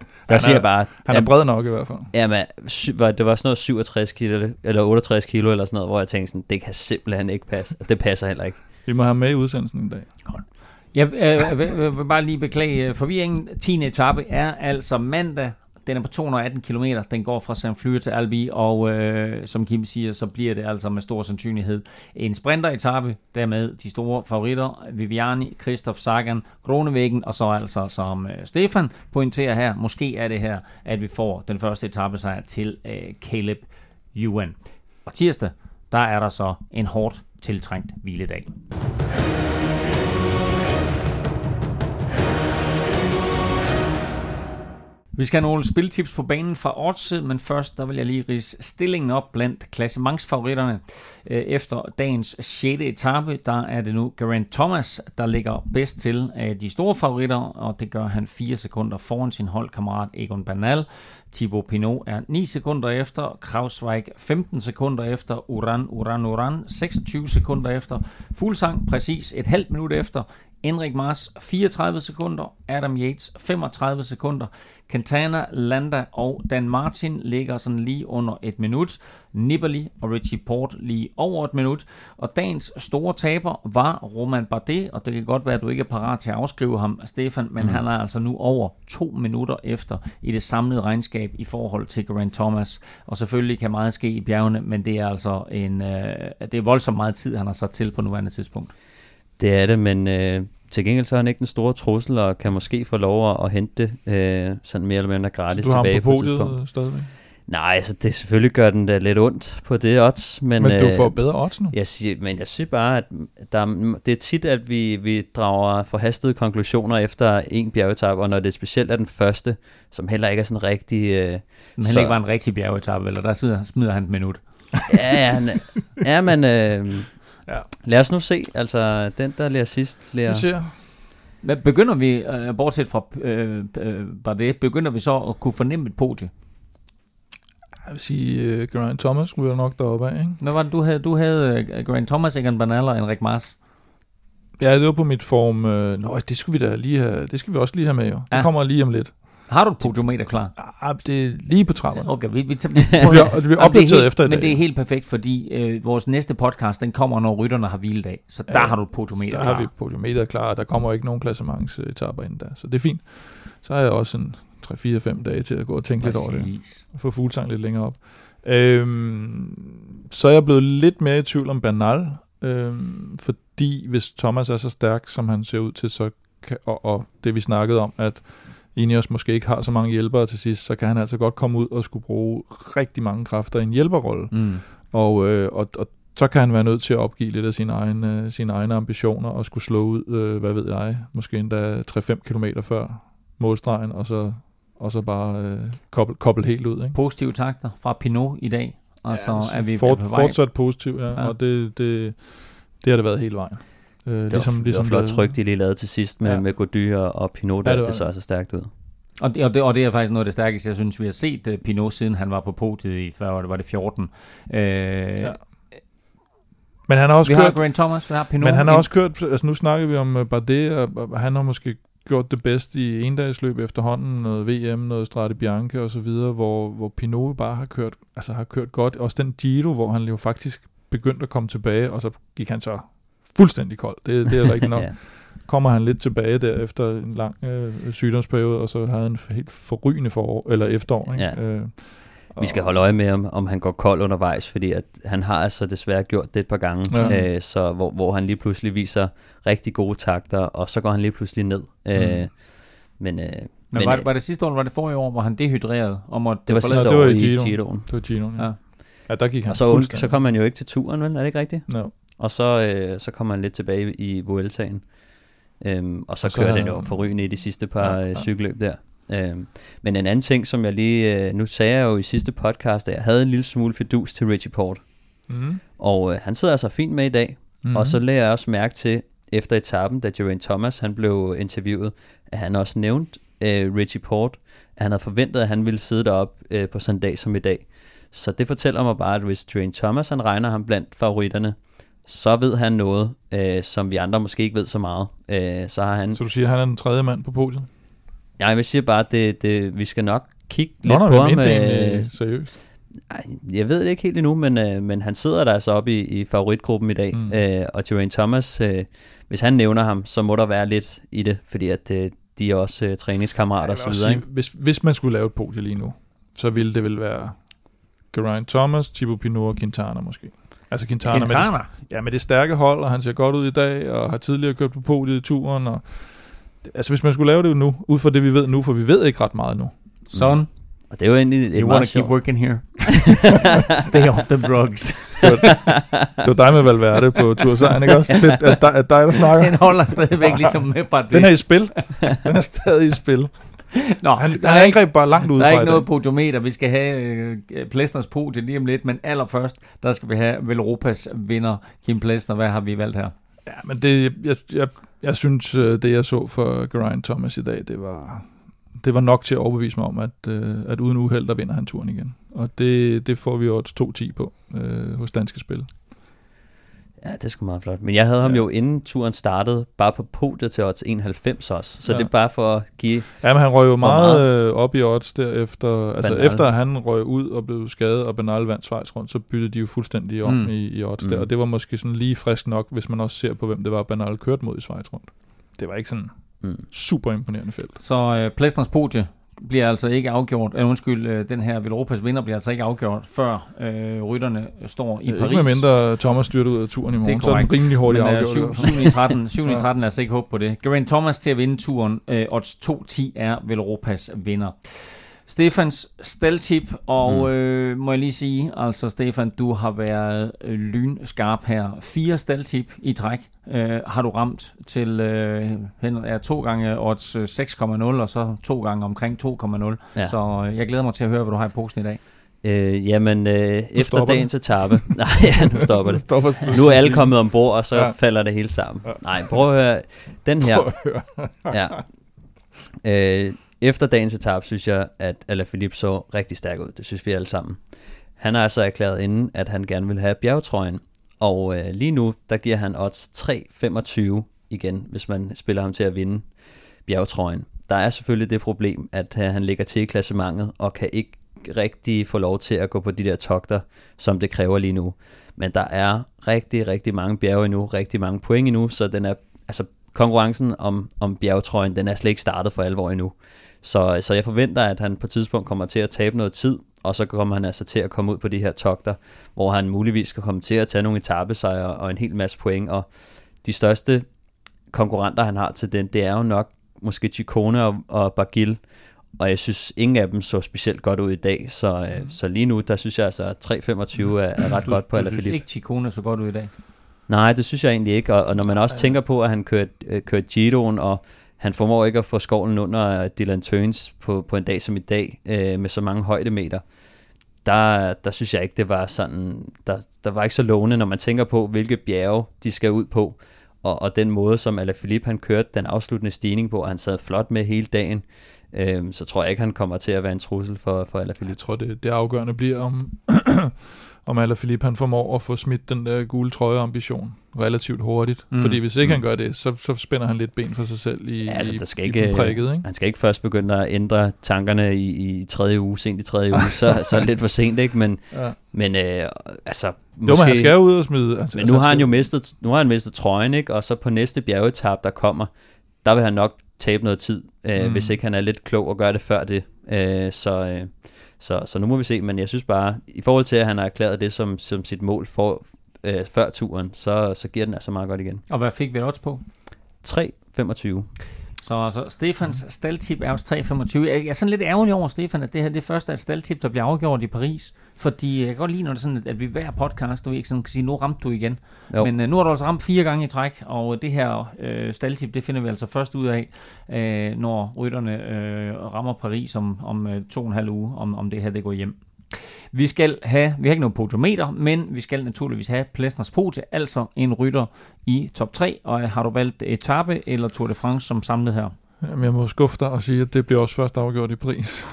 Han er bred nok i hvert fald. Ja, men det var sådan noget 67 kilo eller 68 kilo eller sådan noget, hvor jeg tænkte sådan, det kan simpelthen ikke passe. Det passer heller ikke. Vi må have med i udsendelsen i dag. Godt. Jeg vil bare lige beklage forvirringen. 10. etape er altså mandag. Den er på 218 km. Den går fra Saint-Flour til Albi, og som Kim siger, så bliver det altså med stor sandsynlighed en sprinteretape. Dermed de store favoritter, Viviani, Christoph Sagan, Groenewegen, og så altså, som Stefan pointerer her, måske er det her, at vi får den første etapesejr til Caleb Ewan. Og tirsdag, der er der så en hårdt tiltrængt hviledag. Vi skal have nogle spiltips på banen fra Odds, men først der vil jeg lige ridse stillingen op blandt klassementsfavoritterne. Efter dagens 6. etape, der er det nu Geraint Thomas, der ligger bedst til af de store favoritter, og det gør han 4 sekunder foran sin holdkammerat Egan Bernal. Thibaut Pinot er 9 sekunder efter, Kruijswijk 15 sekunder efter, Uran 26 sekunder efter, Fuglsang præcis et halvt minut efter, Enric Mas 34 sekunder, Adam Yates 35 sekunder, Quintana, Landa og Dan Martin ligger sådan lige under 1 minut, Nibali og Richie Porte lige over 1 minut, og dagens store taber var Romain Bardet, og det kan godt være, at du ikke er parat til at afskrive ham, Stefan, men han er altså nu over 2 minutter efter i det samlede regnskab i forhold til Geraint Thomas, og selvfølgelig kan meget ske i bjergene, men det er altså det er voldsomt meget tid, han har sat til på nuværende tidspunkt. Det er det, men til gengæld så er han ikke den store trussel, og kan måske få lov at hente sådan mere eller mindre gratis tilbage på et tidspunkt. Stadigvæk? Nej, altså det selvfølgelig gør den da lidt ondt på det odds. Men du får bedre odds nu? Jeg synes bare, at det er tit, at vi drager forhastede konklusioner efter en bjergetappe, og når det specielt er den første, som heller ikke er sådan rigtig... Men heller ikke var en rigtig bjergetappe, eller der smider han et minut. Men... Lad os nu se, altså den der lærer sidst Men begynder vi, bortset fra Bardet, begynder vi så at kunne fornemme et podie? Jeg vil sige, Geraint Thomas skulle være nok deroppe af, ikke? Hvad var det, du havde Geraint Thomas, Egan Bernal og Enric Mas? Ja, det var på mit form. Det skulle vi da lige have, det skal vi også lige have med, jo. Det kommer lige om lidt. Har du et podiometer klar? Ja, det er lige på trapperne. Okay, vi det bliver opdateret efter i dag. Men det er helt perfekt, fordi vores næste podcast, den kommer, når rytterne har hviledag. Så der har du et podiometer klar. Der har vi podiometer klar, og der kommer ikke nogen klassementsetapper inden der. Så det er fint. Så har jeg også en 3-4-5 dage til at gå og tænke lidt over det. Og få fuglsang lidt længere op. Så er jeg blevet lidt mere i tvivl om Bernal. Fordi hvis Thomas er så stærk, som han ser ud til, så og det vi snakkede om, at Ineos måske ikke har så mange hjælpere til sidst, så kan han altså godt komme ud og skulle bruge rigtig mange kræfter i en hjælperrolle. Og så kan han være nødt til at opgive lidt af sine egne ambitioner og skulle slå ud, hvad ved jeg, måske endda 3-5 kilometer før målstregen, og så bare koble helt ud. Ikke? Positive takter fra Pinot i dag, og så er vi på vej. Fortsat positiv, ja. Og det har det været hele vejen. Det var flot tryk, de lige lavede til sidst med Gody og Pinot, der det så så stærkt ud. Og det er faktisk noget af det stærkeste, jeg synes, vi har set Pinot, siden han var på podiet i, var det 14. Men han har også kørt Geraint Thomas, vi har Pinot. Men han har også kørt, altså nu snakker vi om Bardet, og han har måske gjort det bedst i endagsløb efterhånden, noget VM, noget Strade Bianche og så videre, hvor Pinot bare har kørt godt. Også den Giro, hvor han jo faktisk begyndte at komme tilbage, og så gik han så fuldstændig kold. Det er rigtigt nok. Kommer han lidt tilbage der efter en lang sygdomsperiode, og så havde han en helt forrygende efterår. Ikke? Ja. Vi skal holde øje med, om han går kold undervejs, fordi at han har altså desværre gjort det et par gange, så hvor han lige pludselig viser rigtig gode takter, og så går han lige pludselig ned. Men var det sidste år, eller var det forrige år, hvor han dehydrerede? Det var sidste år i Giroen. Det var Giroen, ja. Ja, der gik han. Og så kom han jo ikke til turen, vel? Er det ikke rigtigt? No. Og så kom han lidt tilbage i Vueltaen. Og så kørte han jo forrygende i de sidste par cykelløb der. Men en anden ting, som jeg lige... nu sagde jeg jo i sidste podcast, at jeg havde en lille smule fidus til Richie Porte. Og han sidder altså fint med i dag. Og så lagde jeg også mærke til, efter etappen, da Geraint Thomas han blev interviewet, at han også nævnte Richie Porte, at han havde forventet, at han ville sidde deroppe på sådan en dag som i dag. Så det fortæller mig bare, at hvis Geraint Thomas han regner ham blandt favoritterne, så ved han noget, som vi andre måske ikke ved så meget. Så du siger, at han er den tredje mand på podiet? Ja, jeg vil sige bare, at vi skal nok kigge lidt på ham. Seriøst? Jeg ved det ikke helt endnu, men han sidder der altså oppe i favoritgruppen i dag. Og Geraint Thomas, hvis han nævner ham, så må der være lidt i det, fordi at de er også træningskammerater og så videre. Hvis man skulle lave et podie lige nu, så ville det vel være Geraint Thomas, Thibaut Pinot og Quintana måske. Altså Quintana. Med det stærke hold, og han ser godt ud i dag, og har tidligere kørt på podiet i turen. Og altså hvis man skulle lave det nu, ud fra det vi ved nu, for vi ved ikke ret meget nu. Sådan. Og det er jo egentlig you want to keep working here. Stay off the drugs. det var dig med Valverde på Tursejren, ikke også? Det er dig, der snakker. Den holder stadigvæk ligesom med bare det. Den er i spil. Den er stadig i spil. Nå, han angreb bare langt ud fra. Der er ikke noget podiometer. Vi skal have Plesners podie lige om lidt, men allerførst, der skal vi have Velropas vinder, Kim Plesner. Hvad har vi valgt her? Ja, men jeg synes, det jeg så for Geraint Thomas i dag, det var nok til at overbevise mig om, at uden uheld, der vinder han turen igen. Og det får vi jo 2-10 på hos Danske Spil. Ja, det er sgu meget flot. Men jeg havde ham jo inden turen startede, bare på podiet til odds 91 også. Så det er bare for at give... Ja, men han røg jo meget op i odds derefter. Altså efter han røg ud og blev skadet, og Bernal vandt Schweiz rundt, så byttede de jo fuldstændig om i odds der. Og det var måske sådan lige frisk nok, hvis man også ser på, hvem det var, Bernal kørte mod i Schweiz rundt. Det var ikke sådan super imponerende felt. Så Plesners podie bliver altså ikke afgjort, den her Velropas vinder bliver altså ikke afgjort, før rytterne står i Paris. Ikke med mindre Thomas styrter ud af turen i morgen, så er den rimelig hurtigt afgjort. 7 i 13, lad os ikke håbe på det. Geraint Thomas til at vinde turen, odds 2.10 er Velropas vinder. Stefans staldtip, og må jeg lige sige, altså Stefan, du har været lynskarp her. 4 staldtip i træk har du ramt til 2 gange odds 6,0, og så 2 gange omkring 2,0. Ja. Så jeg glæder mig til at høre, hvad du har i posen i dag. Efter dagens etape. Nej, nu stopper det. Nu er alle kommet ombord, og så falder det hele sammen. Nej, prøv at høre. Den her. Efter dagens etape, synes jeg, at Alaphilippe så rigtig stærk ud. Det synes vi alle sammen. Han har altså erklæret inden, at han gerne vil have bjergetrøjen. Og lige nu, der giver han odds 3,25 igen, hvis man spiller ham til at vinde bjergetrøjen. Der er selvfølgelig det problem, at han ligger til i klassementet, og kan ikke rigtig få lov til at gå på de der togter, som det kræver lige nu. Men der er rigtig, rigtig mange bjerge endnu, rigtig mange point endnu, så den er, altså konkurrencen om bjergetrøjen, den er slet ikke startet for alvor endnu. Så jeg forventer, at han på et tidspunkt kommer til at tabe noget tid, og så kommer han altså til at komme ud på de her togter, hvor han muligvis skal komme til at tage nogle etapesejre og en hel masse point, og de største konkurrenter, han har til den, det er jo nok måske Ciccone og Barguil, og jeg synes, ingen af dem så specielt godt ud i dag, så lige nu, der synes jeg altså, at 3,25 er ret godt på Alaphilippe. Du synes ikke, Ciccone så godt ud i dag? Nej, det synes jeg egentlig ikke, og når man også tænker på, at han kørte Giroen, og han formår ikke at få skovlen under Dylan Teuns på en dag som i dag, med så mange højdemeter, der synes jeg ikke, det var sådan, der var ikke så lovende, når man tænker på, hvilke bjerge de skal ud på, og den måde, som Alaphilippe han kørte den afsluttende stigning på, og han sad flot med hele dagen, så tror jeg ikke, han kommer til at være en trussel for Alaphilippe. Jeg tror, det afgørende bliver, om Alaphilippe han formår at få smidt den der gule trøjeambition relativt hurtigt. Fordi hvis ikke han gør det, så spænder han lidt ben for sig selv i prikket. Ikke? Han skal ikke først begynde at ændre tankerne i tredje uge, sent i tredje uge, så er det lidt for sent, ikke? Men altså... Måske, men han skal ud og smide... Altså, men nu har han mistet trøjen, ikke? Og så på næste bjergetap, der kommer, der vil han nok tabe noget tid, hvis ikke han er lidt klog og gør det før det. Så nu må vi se, men jeg synes bare, i forhold til, at han har erklæret det som sit mål før turen, så giver den altså meget godt igen. Og hvad fik vi odds på? 3,25. Så Stefans staldtip er også 3,25. Jeg er sådan lidt ærgerlig over, Stefan, at det her det første er et staldtip, der bliver afgjort i Paris. Fordi jeg kan godt lide, når det er sådan, at vi hver podcast, du ikke sådan kan sige, nu ramte du igen. Jo. Men nu har du altså ramt 4 gange i træk, og det her staldtip, det finder vi altså først ud af, når rytterne rammer Paris om 2,5 uge, om det her det går hjem. Vi har ikke noget podiometer, men vi skal naturligvis have Plesners podie, altså en rytter i top 3. Og har du valgt etape eller Tour de France som samlet her? Jamen, jeg må skuffe dig og sige, at det bliver også først afgjort i Paris.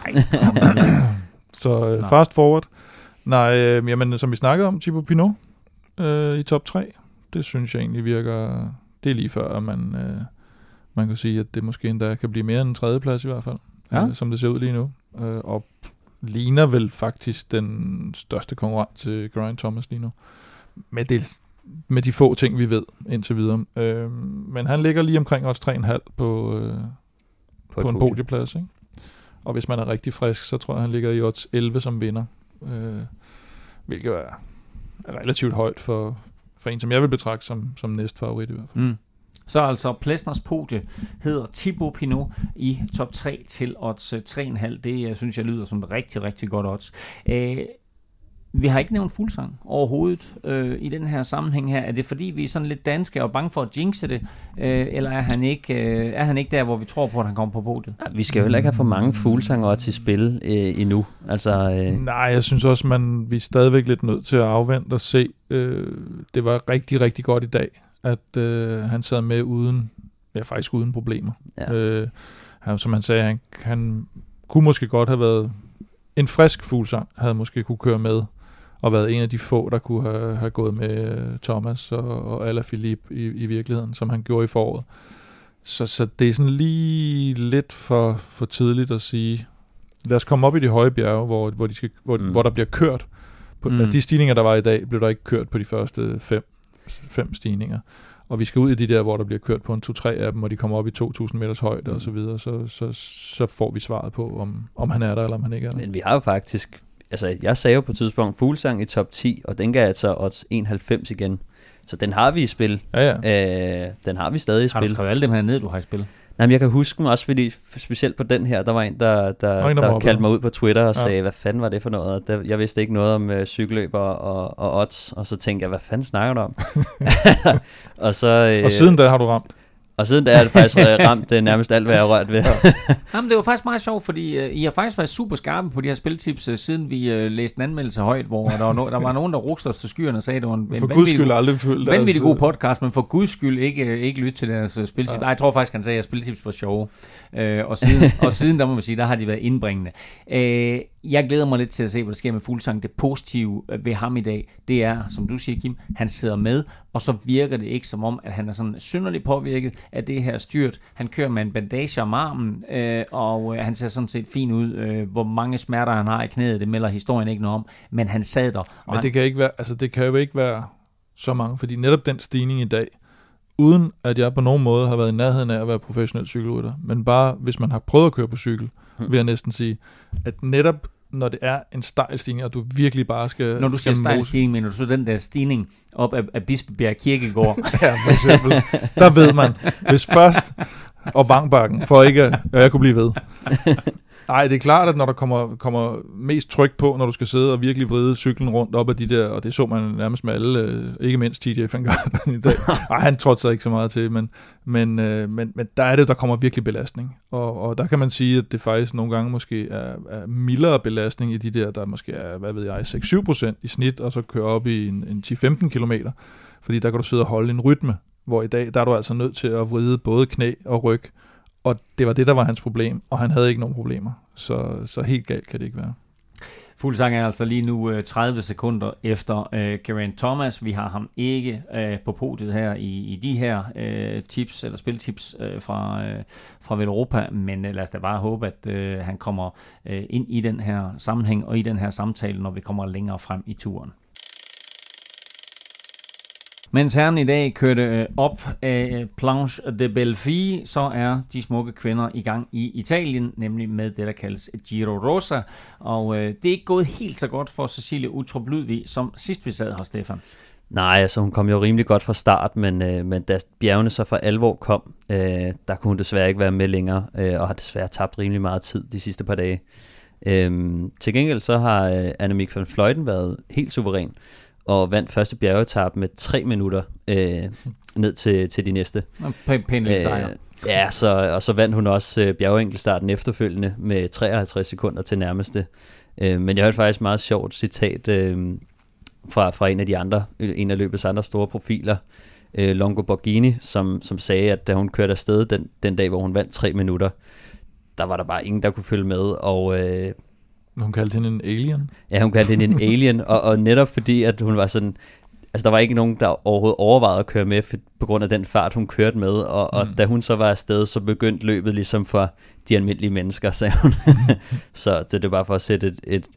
Så fast forward. Jamen, som vi snakkede om, Thibaut Pinot i top 3, det synes jeg egentlig virker... Det er lige før, at man kan sige, at det måske endda kan blive mere end en 3. plads i hvert fald, som det ser ud lige nu. Og ligner vel faktisk den største konkurrent til Geraint Thomas lige nu. Med de få ting, vi ved indtil videre. Men han ligger lige omkring os 3,5 på en podieplads. Ikke? Og hvis man er rigtig frisk, så tror jeg, han ligger i odds 11 som vinder. Hvilket er relativt højt for en, som jeg vil betragte som næst favorit i hvert fald. Så altså Plesners podie hedder Thibaut Pinot i top 3 til odds 3,5. Det synes jeg lyder som et rigtig, rigtig godt odds. Vi har ikke nævnt Fuglsang overhovedet i den her sammenhæng her. Er det fordi, vi er sådan lidt danske og bange for at jinxe det? Eller er han ikke der, hvor vi tror på, at han kommer på podiet? Ja, vi skal jo heller ikke have for mange Fuglsanger til spil endnu. Altså, Nej, jeg synes også, vi er stadigvæk lidt nødt til at afvente og se. Det var rigtig, rigtig godt i dag, at han sad med faktisk uden problemer. Ja. Som han sagde, han kunne måske godt have været en frisk Fuglsang, havde måske kunne køre med og været en af de få, der kunne have gået med Thomas og Alaphilippe i virkeligheden, som han gjorde i foråret. Så det er sådan lige lidt for tidligt at sige, lad os komme op i de høje bjerge, hvor der bliver kørt. Altså de stigninger, der var i dag, blev der ikke kørt på de første fem stigninger. Og vi skal ud i de der, hvor der bliver kørt på en 2-3 af dem, og de kommer op i 2.000 meters højde og så videre, så får vi svaret på, om han er der, eller om han ikke er der. Men vi har jo faktisk, altså jeg sagde jo på et tidspunkt Fuglsang i top 10, og den gav altså odds 91 igen. Så den har vi i spil. Ja. Den har vi stadig i spil. Har du skrevet alle dem her ned, du har i spil? Nej, men jeg kan huske dem også, fordi specielt på den her, der var en, der kaldte mig ud på Twitter og sagde, hvad fanden var det for noget? Jeg vidste ikke noget om cykelløber og odds, og så tænkte jeg, hvad fanden snakker du om? og siden da har du ramt. Og siden da er det faktisk ramt nærmest alt, hvad jeg har rørt ved. Jamen, det var faktisk meget sjovt, fordi I har faktisk været super skarpe på de her spiltips, siden vi læste en anmeldelse højt, hvor der var nogen, der rugste os til skyerne og sagde, at det var en vanvittig god podcast, men for guds skyld ikke lytte til deres spiltips. Nej, jeg tror faktisk, han sagde, at spiltips var sjove. Og siden, der må vi sige, der har de været indbringende. Jeg glæder mig lidt til at se, hvad der sker med Fuglsang. Det positive ved ham i dag, det er, som du siger, Kim, han sidder med, og så virker det ikke som om, at han er sådan synderligt påvirket af det her styrt. Han kører med en bandage om armen, og han ser sådan set fin ud. Hvor mange smerter han har i knæet, det melder historien ikke noget om, men han sad der. Men det kan ikke være, altså det kan jo ikke være så mange, fordi netop den stigning i dag, uden at jeg på nogen måde har været i nærheden af at være professionel cykelrytter, men bare hvis man har prøvet at køre på cykel, vil jeg næsten sige, at netop når det er en stejl stigning, og du virkelig bare skal... Når du siger stejl stigning, mener du så den der stigning op af Bispebjerg Kirkegård? Ja, for eksempel. Der ved man, hvis først, og Vangbakken, for ikke at jeg kunne blive ved. Nej, det er klart, at når der kommer mest tryk på, når du skal sidde og virkelig vride cyklen rundt op ad de der, og det så man nærmest med alle, ikke mindst TJ Van Garderen i dag. Nej, han trådte sig ikke så meget til, men der er det, der kommer virkelig belastning. Og der kan man sige, at det faktisk nogle gange måske er mildere belastning i de der måske er, hvad ved jeg, 6-7% i snit, og så kører op i en 10-15 kilometer. Fordi der kan du sidde og holde en rytme, hvor i dag, der er du altså nødt til at vride både knæ og ryg. Og det var det, der var hans problem, og han havde ikke nogen problemer. Så helt galt kan det ikke være. Fuglsang er altså lige nu 30 sekunder efter Geraint Thomas. Vi har ham ikke på podiet her i de her tips eller spiltips fra Velropa, men lad os da bare håbe, at han kommer ind i den her sammenhæng og i den her samtale, når vi kommer længere frem i turen. Mens herren i dag kørte op af Planche de Belleville, så er de smukke kvinder i gang i Italien, nemlig med det, der kaldes Giro Rosa. Og det er ikke gået helt så godt for Cecilie Uttrup Ludvig, som sidst vi sad her, Stefan. Nej, altså hun kom jo rimelig godt fra start, men da bjergene så for alvor kom, der kunne hun desværre ikke være med længere, og har desværre tabt rimelig meget tid de sidste par dage. Til gengæld så har Annemiek van Vleuten været helt suveræn, og vandt første bjergetape med 3 minutter ned til de næste. Pæn lille sejr. Ja, og så vandt hun også bjergenkeltstarten efterfølgende med 53 sekunder til nærmeste. Men jeg hørte faktisk meget sjovt citat fra en af løbets andre store profiler, Longo Borghini, som sagde, at da hun kørte afsted den dag, hvor hun vandt 3 minutter, der var der bare ingen, der kunne følge med, og... Hun kaldte hende en alien? Ja, hun kaldte hende en alien, og netop fordi, at hun var sådan... Altså, der var ikke nogen, der overhovedet overvejede at køre med, på grund af den fart, hun kørte med, og da hun så var afsted, så begyndte løbet ligesom for de almindelige mennesker, sagde hun. Så det er bare for at sætte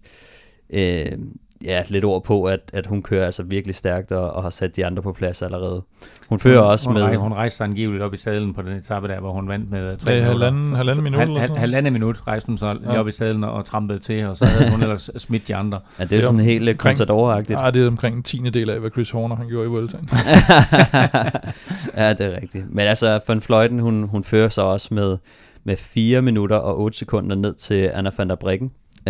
lidt ord på, at hun kører altså virkelig stærkt og har sat de andre på plads allerede. Hun fører også med... Hun rejste sig angiveligt op i sadlen på den etape der, hvor hun vandt med 3 halvanden minut. Halvanden minut rejste hun så lige op i sadlen og trampede til, og så havde hun ellers smidt de andre. Ja, det er jo sådan helt Contador-agtigt. Ja, det er omkring en 10. del af, hvad Chris Horner han gjorde i Vueltaen. Ja, det er rigtigt. Men altså, Van Vleuten, hun fører så også med 4 minutter og 8 sekunder ned til Anna van der Breggen.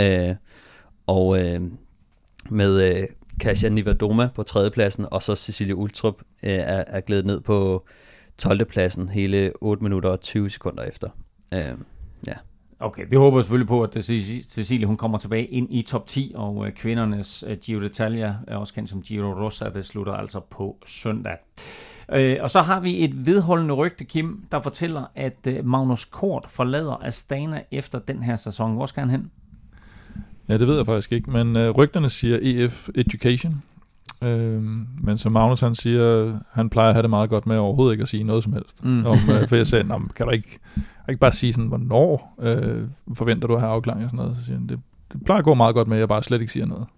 Med Kasia Niewiadoma på 3. pladsen, og så Cecilie Uttrup er glædet ned på 12. pladsen hele 8 minutter og 20 sekunder efter. Ja. Okay, vi håber selvfølgelig på, at Cecilie hun kommer tilbage ind i top 10, og kvindernes Giro d'Italia, er også kendt som Giro Rosa, det slutter altså på søndag. Og så har vi et vedholdende rygte, Kim, der fortæller, at Magnus Kort forlader Astana efter den her sæson. Hvor skal han hen? Ja, det ved jeg faktisk ikke, men rygterne siger EF Education. Men som Magnus han siger, han plejer at have det meget godt med overhovedet ikke at sige noget som helst. For jeg sagde, kan du ikke bare sige sådan, hvornår forventer du at have afklaring og sådan noget? Så siger han, det plejer at gå meget godt med, at jeg bare slet ikke siger noget.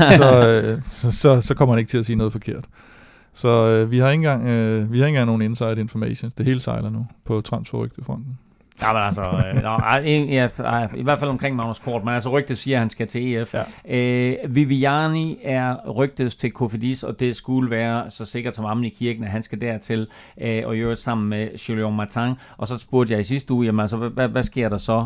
så kommer han ikke til at sige noget forkert. Så vi har ikke engang nogen inside information. Det hele sejler nu på transferrygtefronten. Ja, men altså, i hvert fald omkring Magnus Kort, men altså rygtet siger, at han skal til EF. Ja. Viviani er rygtet til Kofidis, og det skulle være så sikkert som ammen i kirken, at han skal dertil, og gjøre sammen med Julien Martin. Og så spurgte jeg i sidste uge, jamen altså, hvad sker der så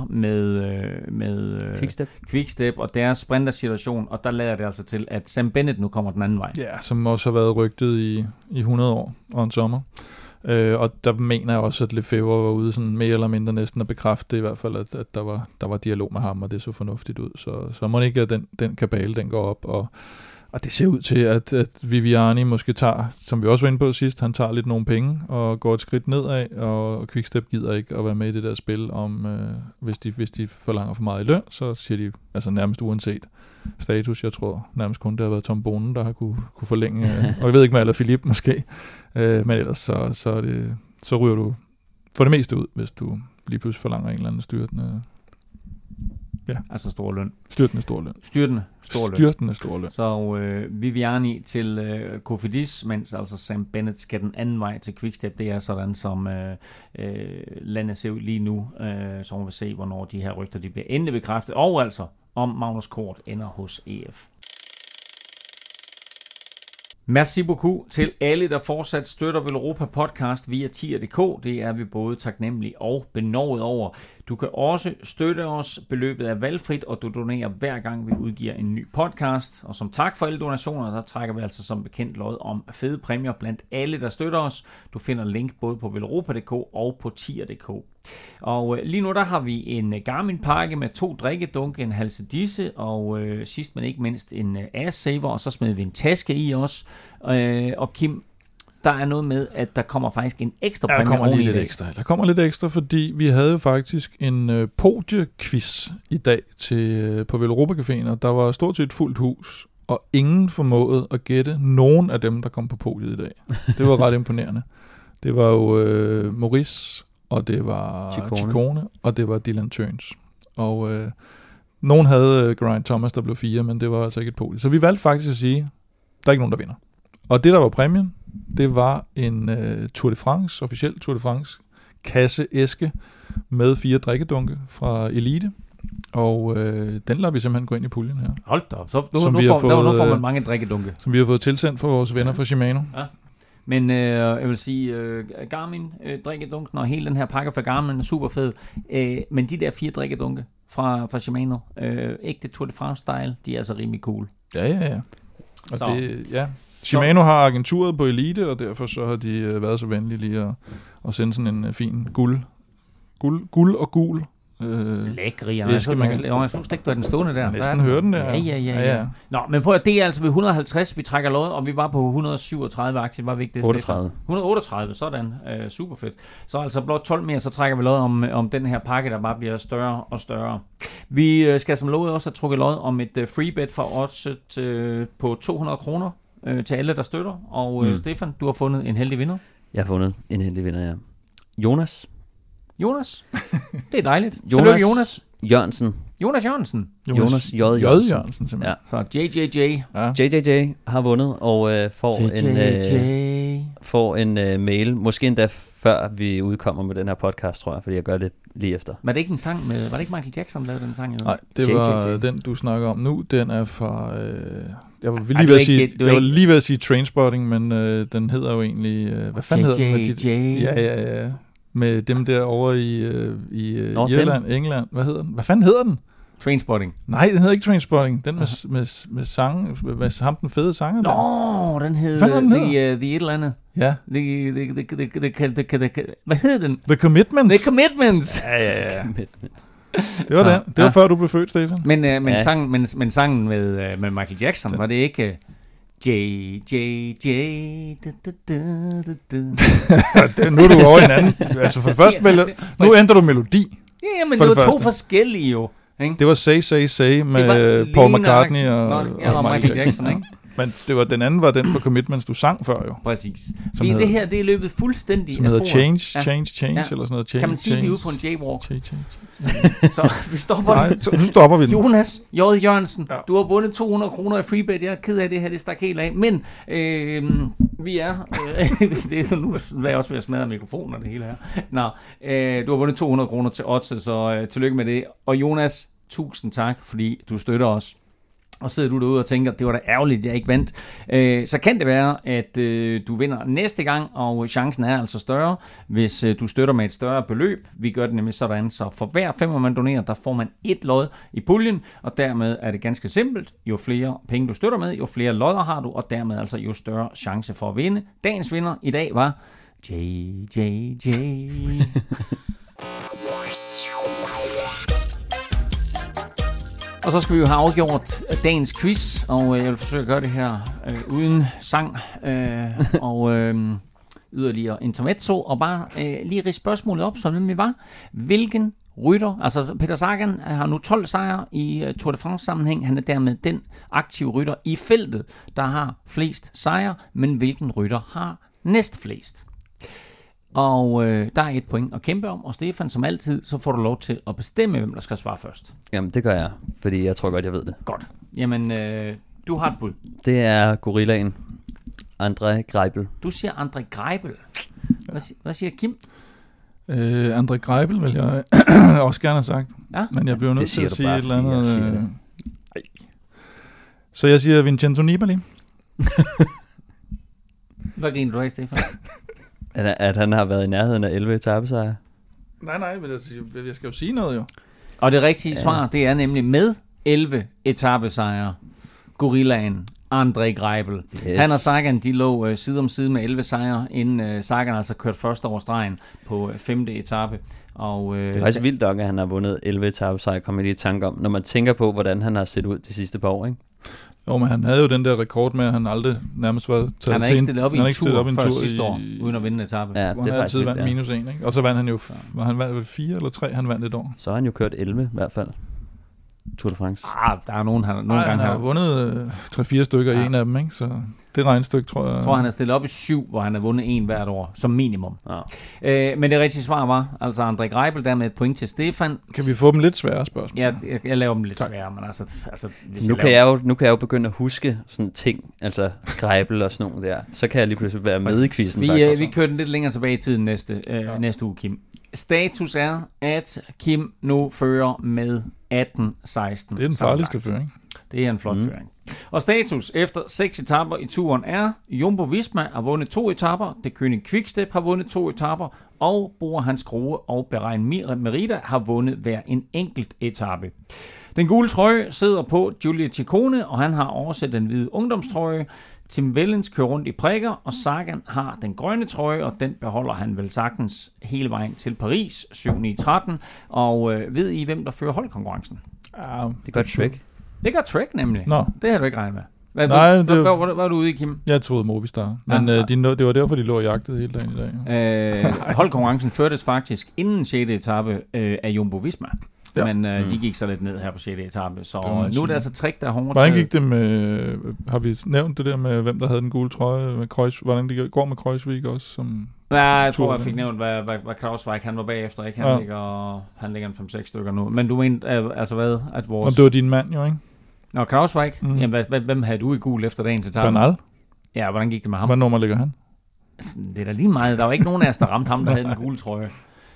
med Quickstep og deres sprintersituation, og der lader det altså til, at Sam Bennett nu kommer den anden vej. Ja, som også har været rygtet i 100 år og en sommer. Og der mener jeg også, at Lefebvre var ude sådan mere eller mindre næsten at bekræfte i hvert fald, at der var dialog med ham, og det så fornuftigt ud. Så må ikke, at den kabale, den går op, og det ser ud til, at Viviani måske tager, som vi også var inde på sidst, han tager lidt nogle penge og går et skridt nedad, og Quickstep gider ikke at være med i det der spil om, hvis de forlanger for meget i løn, så siger de, altså nærmest uanset status, jeg tror nærmest kun det har været Tom Bonen, der har kunne forlænge, og jeg ved ikke med Alaphilippe måske, men ellers så ryger du for det meste ud, hvis du lige pludselig forlanger en eller anden styrtende. Ja. Altså stor løn. Styrtende stor løn. Så Viviani til Cofidis, mens altså Sam Bennett skal den anden vej til Quickstep. Det er sådan, som landet ser ud lige nu. Så må vi se, hvornår de her rygter de bliver endelig bekræftet. Og altså, om Magnus Kort ender hos EF. Merci beaucoup til alle, der fortsat støtter Velropa Podcast via tier.dk. Det er vi både taknemmelige og benovet over. Du kan også støtte os. Beløbet er valgfrit, og du donerer hver gang vi udgiver en ny podcast. Og som tak for alle donationer, der trækker vi altså som bekendt lod om fede præmier blandt alle, der støtter os. Du finder link både på velropa.dk og på tier.dk. Og lige nu der har vi en Garmin-pakke med 2 drikkedunke, en halsedisse og sidst men ikke mindst en ass-saver, og så smed vi en taske i os. Og Kim, der er noget med, at der kommer faktisk en ekstra præmie. Der kommer lidt ekstra, fordi vi havde faktisk en podiequiz i dag på Velropa Caféen, og der var stort set fuldt hus, og ingen formåede at gætte nogen af dem, der kom på podiet i dag. Det var ret imponerende. Det var jo Maurice, og det var Ciccone, og det var Dylan Teuns. Og nogen havde Geraint Thomas, der blev 4, men det var altså ikke et podie. Så vi valgte faktisk at sige, der er ikke nogen, der vinder. Og det, der var præmien, det var en Tour de France, officiel Tour de France kasseæske med 4 drikkedunke fra Elite. Og den lader vi simpelthen gå ind i puljen her. Hold da op. Nu får man mange drikkedunke. Som vi har fået tilsendt fra vores venner fra Shimano. Ja. Men jeg vil sige, Garmin drikkedunken og hele den her pakke fra Garmin er super fed. Men de der 4 drikkedunke fra Shimano, ægte Tour de France-style, de er altså rimelig cool. Ja. Og det, Shimano har agenturet på Elite, og derfor så har de været så venlige lige at sende sådan en fin guld og gul. Lækrig. Jeg synes ikke, du er den stående der. Næsten hører den der. Ja. Nå, men prøv at det er altså ved 150, vi trækker lod, og vi var på 137 aktier. Var vi ikke det? 138, sådan. Super fedt. Så altså blot 12 mere, så trækker vi lod om den her pakke, der bare bliver større og større. Vi skal som lovet også have trukket lod om et free bet fra Oddset på 200 kroner til alle, der støtter. Og Stefan, du har fundet en heldig vinder. Jeg har fundet en heldig vinder, ja. Jonas, det er dejligt. Tillykke, Jonas Jørgensen. Jonas Jørgensen, simpelthen. Ja. Så JJJ. Ja. JJJ har vundet og får en mail, måske endda før vi udkommer med den her podcast, tror jeg, fordi jeg gør det lige efter. Var det ikke en sang med, var det ikke Michael Jackson, der lavede den sang? Nej, det var den, du snakker om nu. Den er fra, jeg var lige ved at sige Trainspotting, men den hedder jo egentlig, hvad fanden hedder den? Ja. Med dem der over i Irland, England. Hvad fanden hedder den? Trainspotting. Nej, den hedder ikke Trainspotting. Den med sang, med ham den fede sanger. Nå, den hedder The et eller andet. Ja. Hvad hed den? The Commitments. Ja. Det var den. Det var før du blev født, Stefan. Men sangen med Michael Jackson, var det ikke JJJ. Nu er du over en anden. Altså for det første, nu ændrer du melodi. Ja, men det var 2 forskellige jo. Ikke? Det var Say med Paul McCartney og Michael Jackson, ikke? Men det var, den anden var den for Commitments, du sang før jo. Præcis. Det her, det er løbet fuldstændig som hedder Change, eller sådan noget. Change, kan man sige, vi er ude på en jaywalk? Change. Så vi stopper Nej, nu stopper vi den. Jonas J. Jørgensen, du har vundet 200 kroner i freebet. Jeg er ked af det her, det stak helt af. Men vi er... det er nu er jeg også ved at smadre mikrofonen og det hele her. Nå, du har vundet 200 kroner til odds, så tillykke med det. Og Jonas, tusind tak, fordi du støtter os. Og sidder du derude og tænker, det var da ærgerligt, jeg ikke vandt, så kan det være, at du vinder næste gang, og chancen er altså større, hvis du støtter med et større beløb. Vi gør det nemlig sådan, så for hver 5, man donerer, der får man et lod i puljen, og dermed er det ganske simpelt. Jo flere penge du støtter med, jo flere lodder har du, og dermed altså jo større chance for at vinde. Dagens vinder i dag var JJJ. Og så skal vi jo have afgjort dagens quiz, og jeg vil forsøge at gøre det her uden sang og yderligere intermezzo, og bare lige ridse spørgsmålet op, som nemlig var, hvilken rytter, altså Peter Sagan har nu 12 sejre i Tour de France sammenhæng, han er dermed den aktive rytter i feltet, der har flest sejre, men hvilken rytter har næstflest? Og der er et point at kæmpe om, og Stefan, som altid, så får du lov til at bestemme, hvem der skal svare først. Jamen, det gør jeg, fordi jeg tror godt, jeg ved det. Godt. Jamen, du har et bud. Det er gorillaen. André Greipel. Du siger André Greipel. Hvad siger Kim? André Greipel vil jeg også gerne have sagt. Ja? Men jeg bliver nødt til at sige bare, et eller andet. Så jeg siger Vincenzo Nibali. Hvad griner du af, Stefan? At han har været i nærheden af 11 etapesejre. Nej, men jeg skal jo sige noget jo. Og det rigtige svar, det er nemlig med 11 etapesejre. Gorillaen André Greipel. Yes. Han og Sagan, de lå side om side med 11 sejre, inden Sagan altså kørte først over stregen på 5. etape. Og, det er faktisk vildt nok, at han har vundet 11 etapesejre, kommer jeg lige i tanke om, når man tænker på, hvordan han har set ud de sidste par år, ikke? Jo, men han havde jo den der rekord med, at han aldrig nærmest var taget til en... Han har ikke stillet op i en tur før sidste år, uden at vinde en etape. Ja, det er faktisk vildt, minus 1, ikke? Og så vandt han jo... Var han vandt 4 eller 3? Han vandt et år. Så har han jo kørt 11 i hvert fald. Tour de France. Der er nogen, han har vundet 3-4 stykker i en af dem, ikke? Så det regnestykke, tror jeg... Jeg tror, han har stillet op i 7, hvor han har vundet en hvert år, som minimum. Ja. Men det rigtige svar var, altså André Greipel, der med et point til Stefan. Kan vi få dem lidt svære spørgsmål? Ja, jeg laver dem lidt svære, men altså nu kan jeg jo begynde at huske sådan ting, altså Greipel og sådan nogle der. Så kan jeg lige pludselig være med i quizzen. Vi kører den lidt længere tilbage i tiden næste uge, Kim. Status er, at Kim nu fører med 18-16. Det er den farligste føring. Det er en flot føring. Og status efter 6 etaper i turen er, Jumbo Visma har vundet 2 etaper, Det König Quickstep har vundet 2 etaper, og Bora Hans Grohe og Bahrain Merida har vundet hver en enkelt etape. Den gule trøje sidder på Giulio Ciccone, og han har oversat den hvide ungdomstrøje. Tim Wellens kører rundt i prikker, og Sagan har den grønne trøje, og den beholder han vel sagtens hele vejen til Paris, 7-9-13. Og ved I, hvem der fører holdkonkurrencen? Det gør Trek. Det gør Trek nemlig. Nå. Det har du ikke regnet med. Hvad var du ude i, Kim? Jeg troede Movistar, men det var derfor, de lå og jagtede hele dagen i dag. Holdkonkurrencen førtes faktisk inden 6. etape af Jumbo Visma. Ja. Men de gik så lidt ned her på 6. etape. Så nu er det altså Trek, der har overtaget. Hvordan gik det med... Har vi nævnt det der med, hvem der havde den gule trøje? Med Kreuz, hvordan det går med Kreuzvik også? Som ja, jeg tror, jeg fik nævnt, hvad Krausweig, han var bagefter. Ikke? Han ligger en 5-6 stykker nu. Men du mente, altså hvad? At vores... Og det var din mand jo, ikke? Nå, Krausweig. Jamen, hvem havde du i gul efter dagens etape? Bernal. Ja, hvordan gik det med ham? Hvad nummer ligger han? Det er da lige meget. Der var ikke nogen af os, der ramte ham, der havde den gule trøje.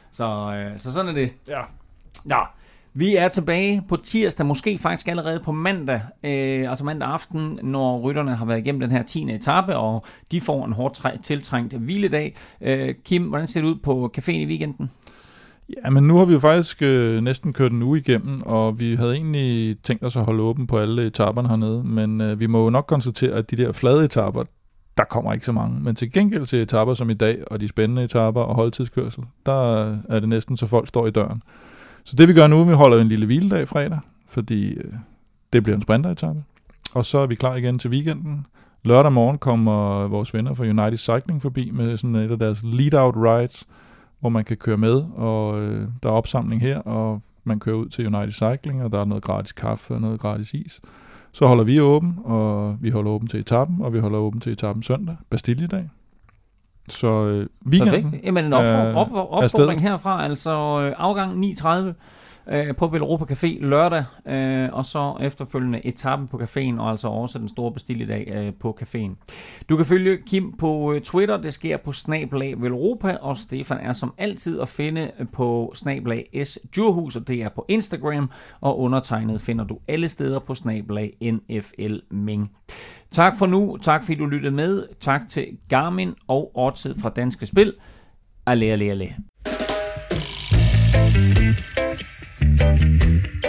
Så sådan er det. Ja. Ja. Vi er tilbage på tirsdag, måske faktisk allerede på mandag, altså mandag aften, når rytterne har været igennem den her 10. etape, og de får en hårdt tiltrængt hviledag. Kim, hvordan ser det ud på caféen i weekenden? Ja, men nu har vi jo faktisk næsten kørt en uge igennem, og vi havde egentlig tænkt os at holde åben på alle etaperne hernede, men vi må jo nok konstatere, at de der flade etaper, der kommer ikke så mange. Men til gengæld til etaper som i dag, og de spændende etaper og holdtidskørsel, der er det næsten så folk står i døren. Så det vi gør nu, vi holder en lille hviledag fredag, fordi det bliver en sprinteretappe. Og så er vi klar igen til weekenden. Lørdag morgen kommer vores venner fra United Cycling forbi med sådan et af deres lead-out rides, hvor man kan køre med, og der er opsamling her, man kører ud til United Cycling, og der er noget gratis kaffe og noget gratis is. Så holder vi åben, og vi holder åben til etappen, og vi holder åben til etappen søndag, Bastilledag. Så weekenden. Perfekt. Jamen en opfordring herfra, altså afgang 9:30 på Velropa Café lørdag, og så efterfølgende etappen på caféen, og altså også den store Bastilledag på caféen. Du kan følge Kim på Twitter, det sker på @Velropa, og Stefan er som altid at finde på @SDjurhus, og det er på Instagram, og undertegnet finder du alle steder på @NFLming. Tak for nu, tak fordi du lyttede med, tak til Garmin og Odset fra Danske Spil. Allé, allé, allé.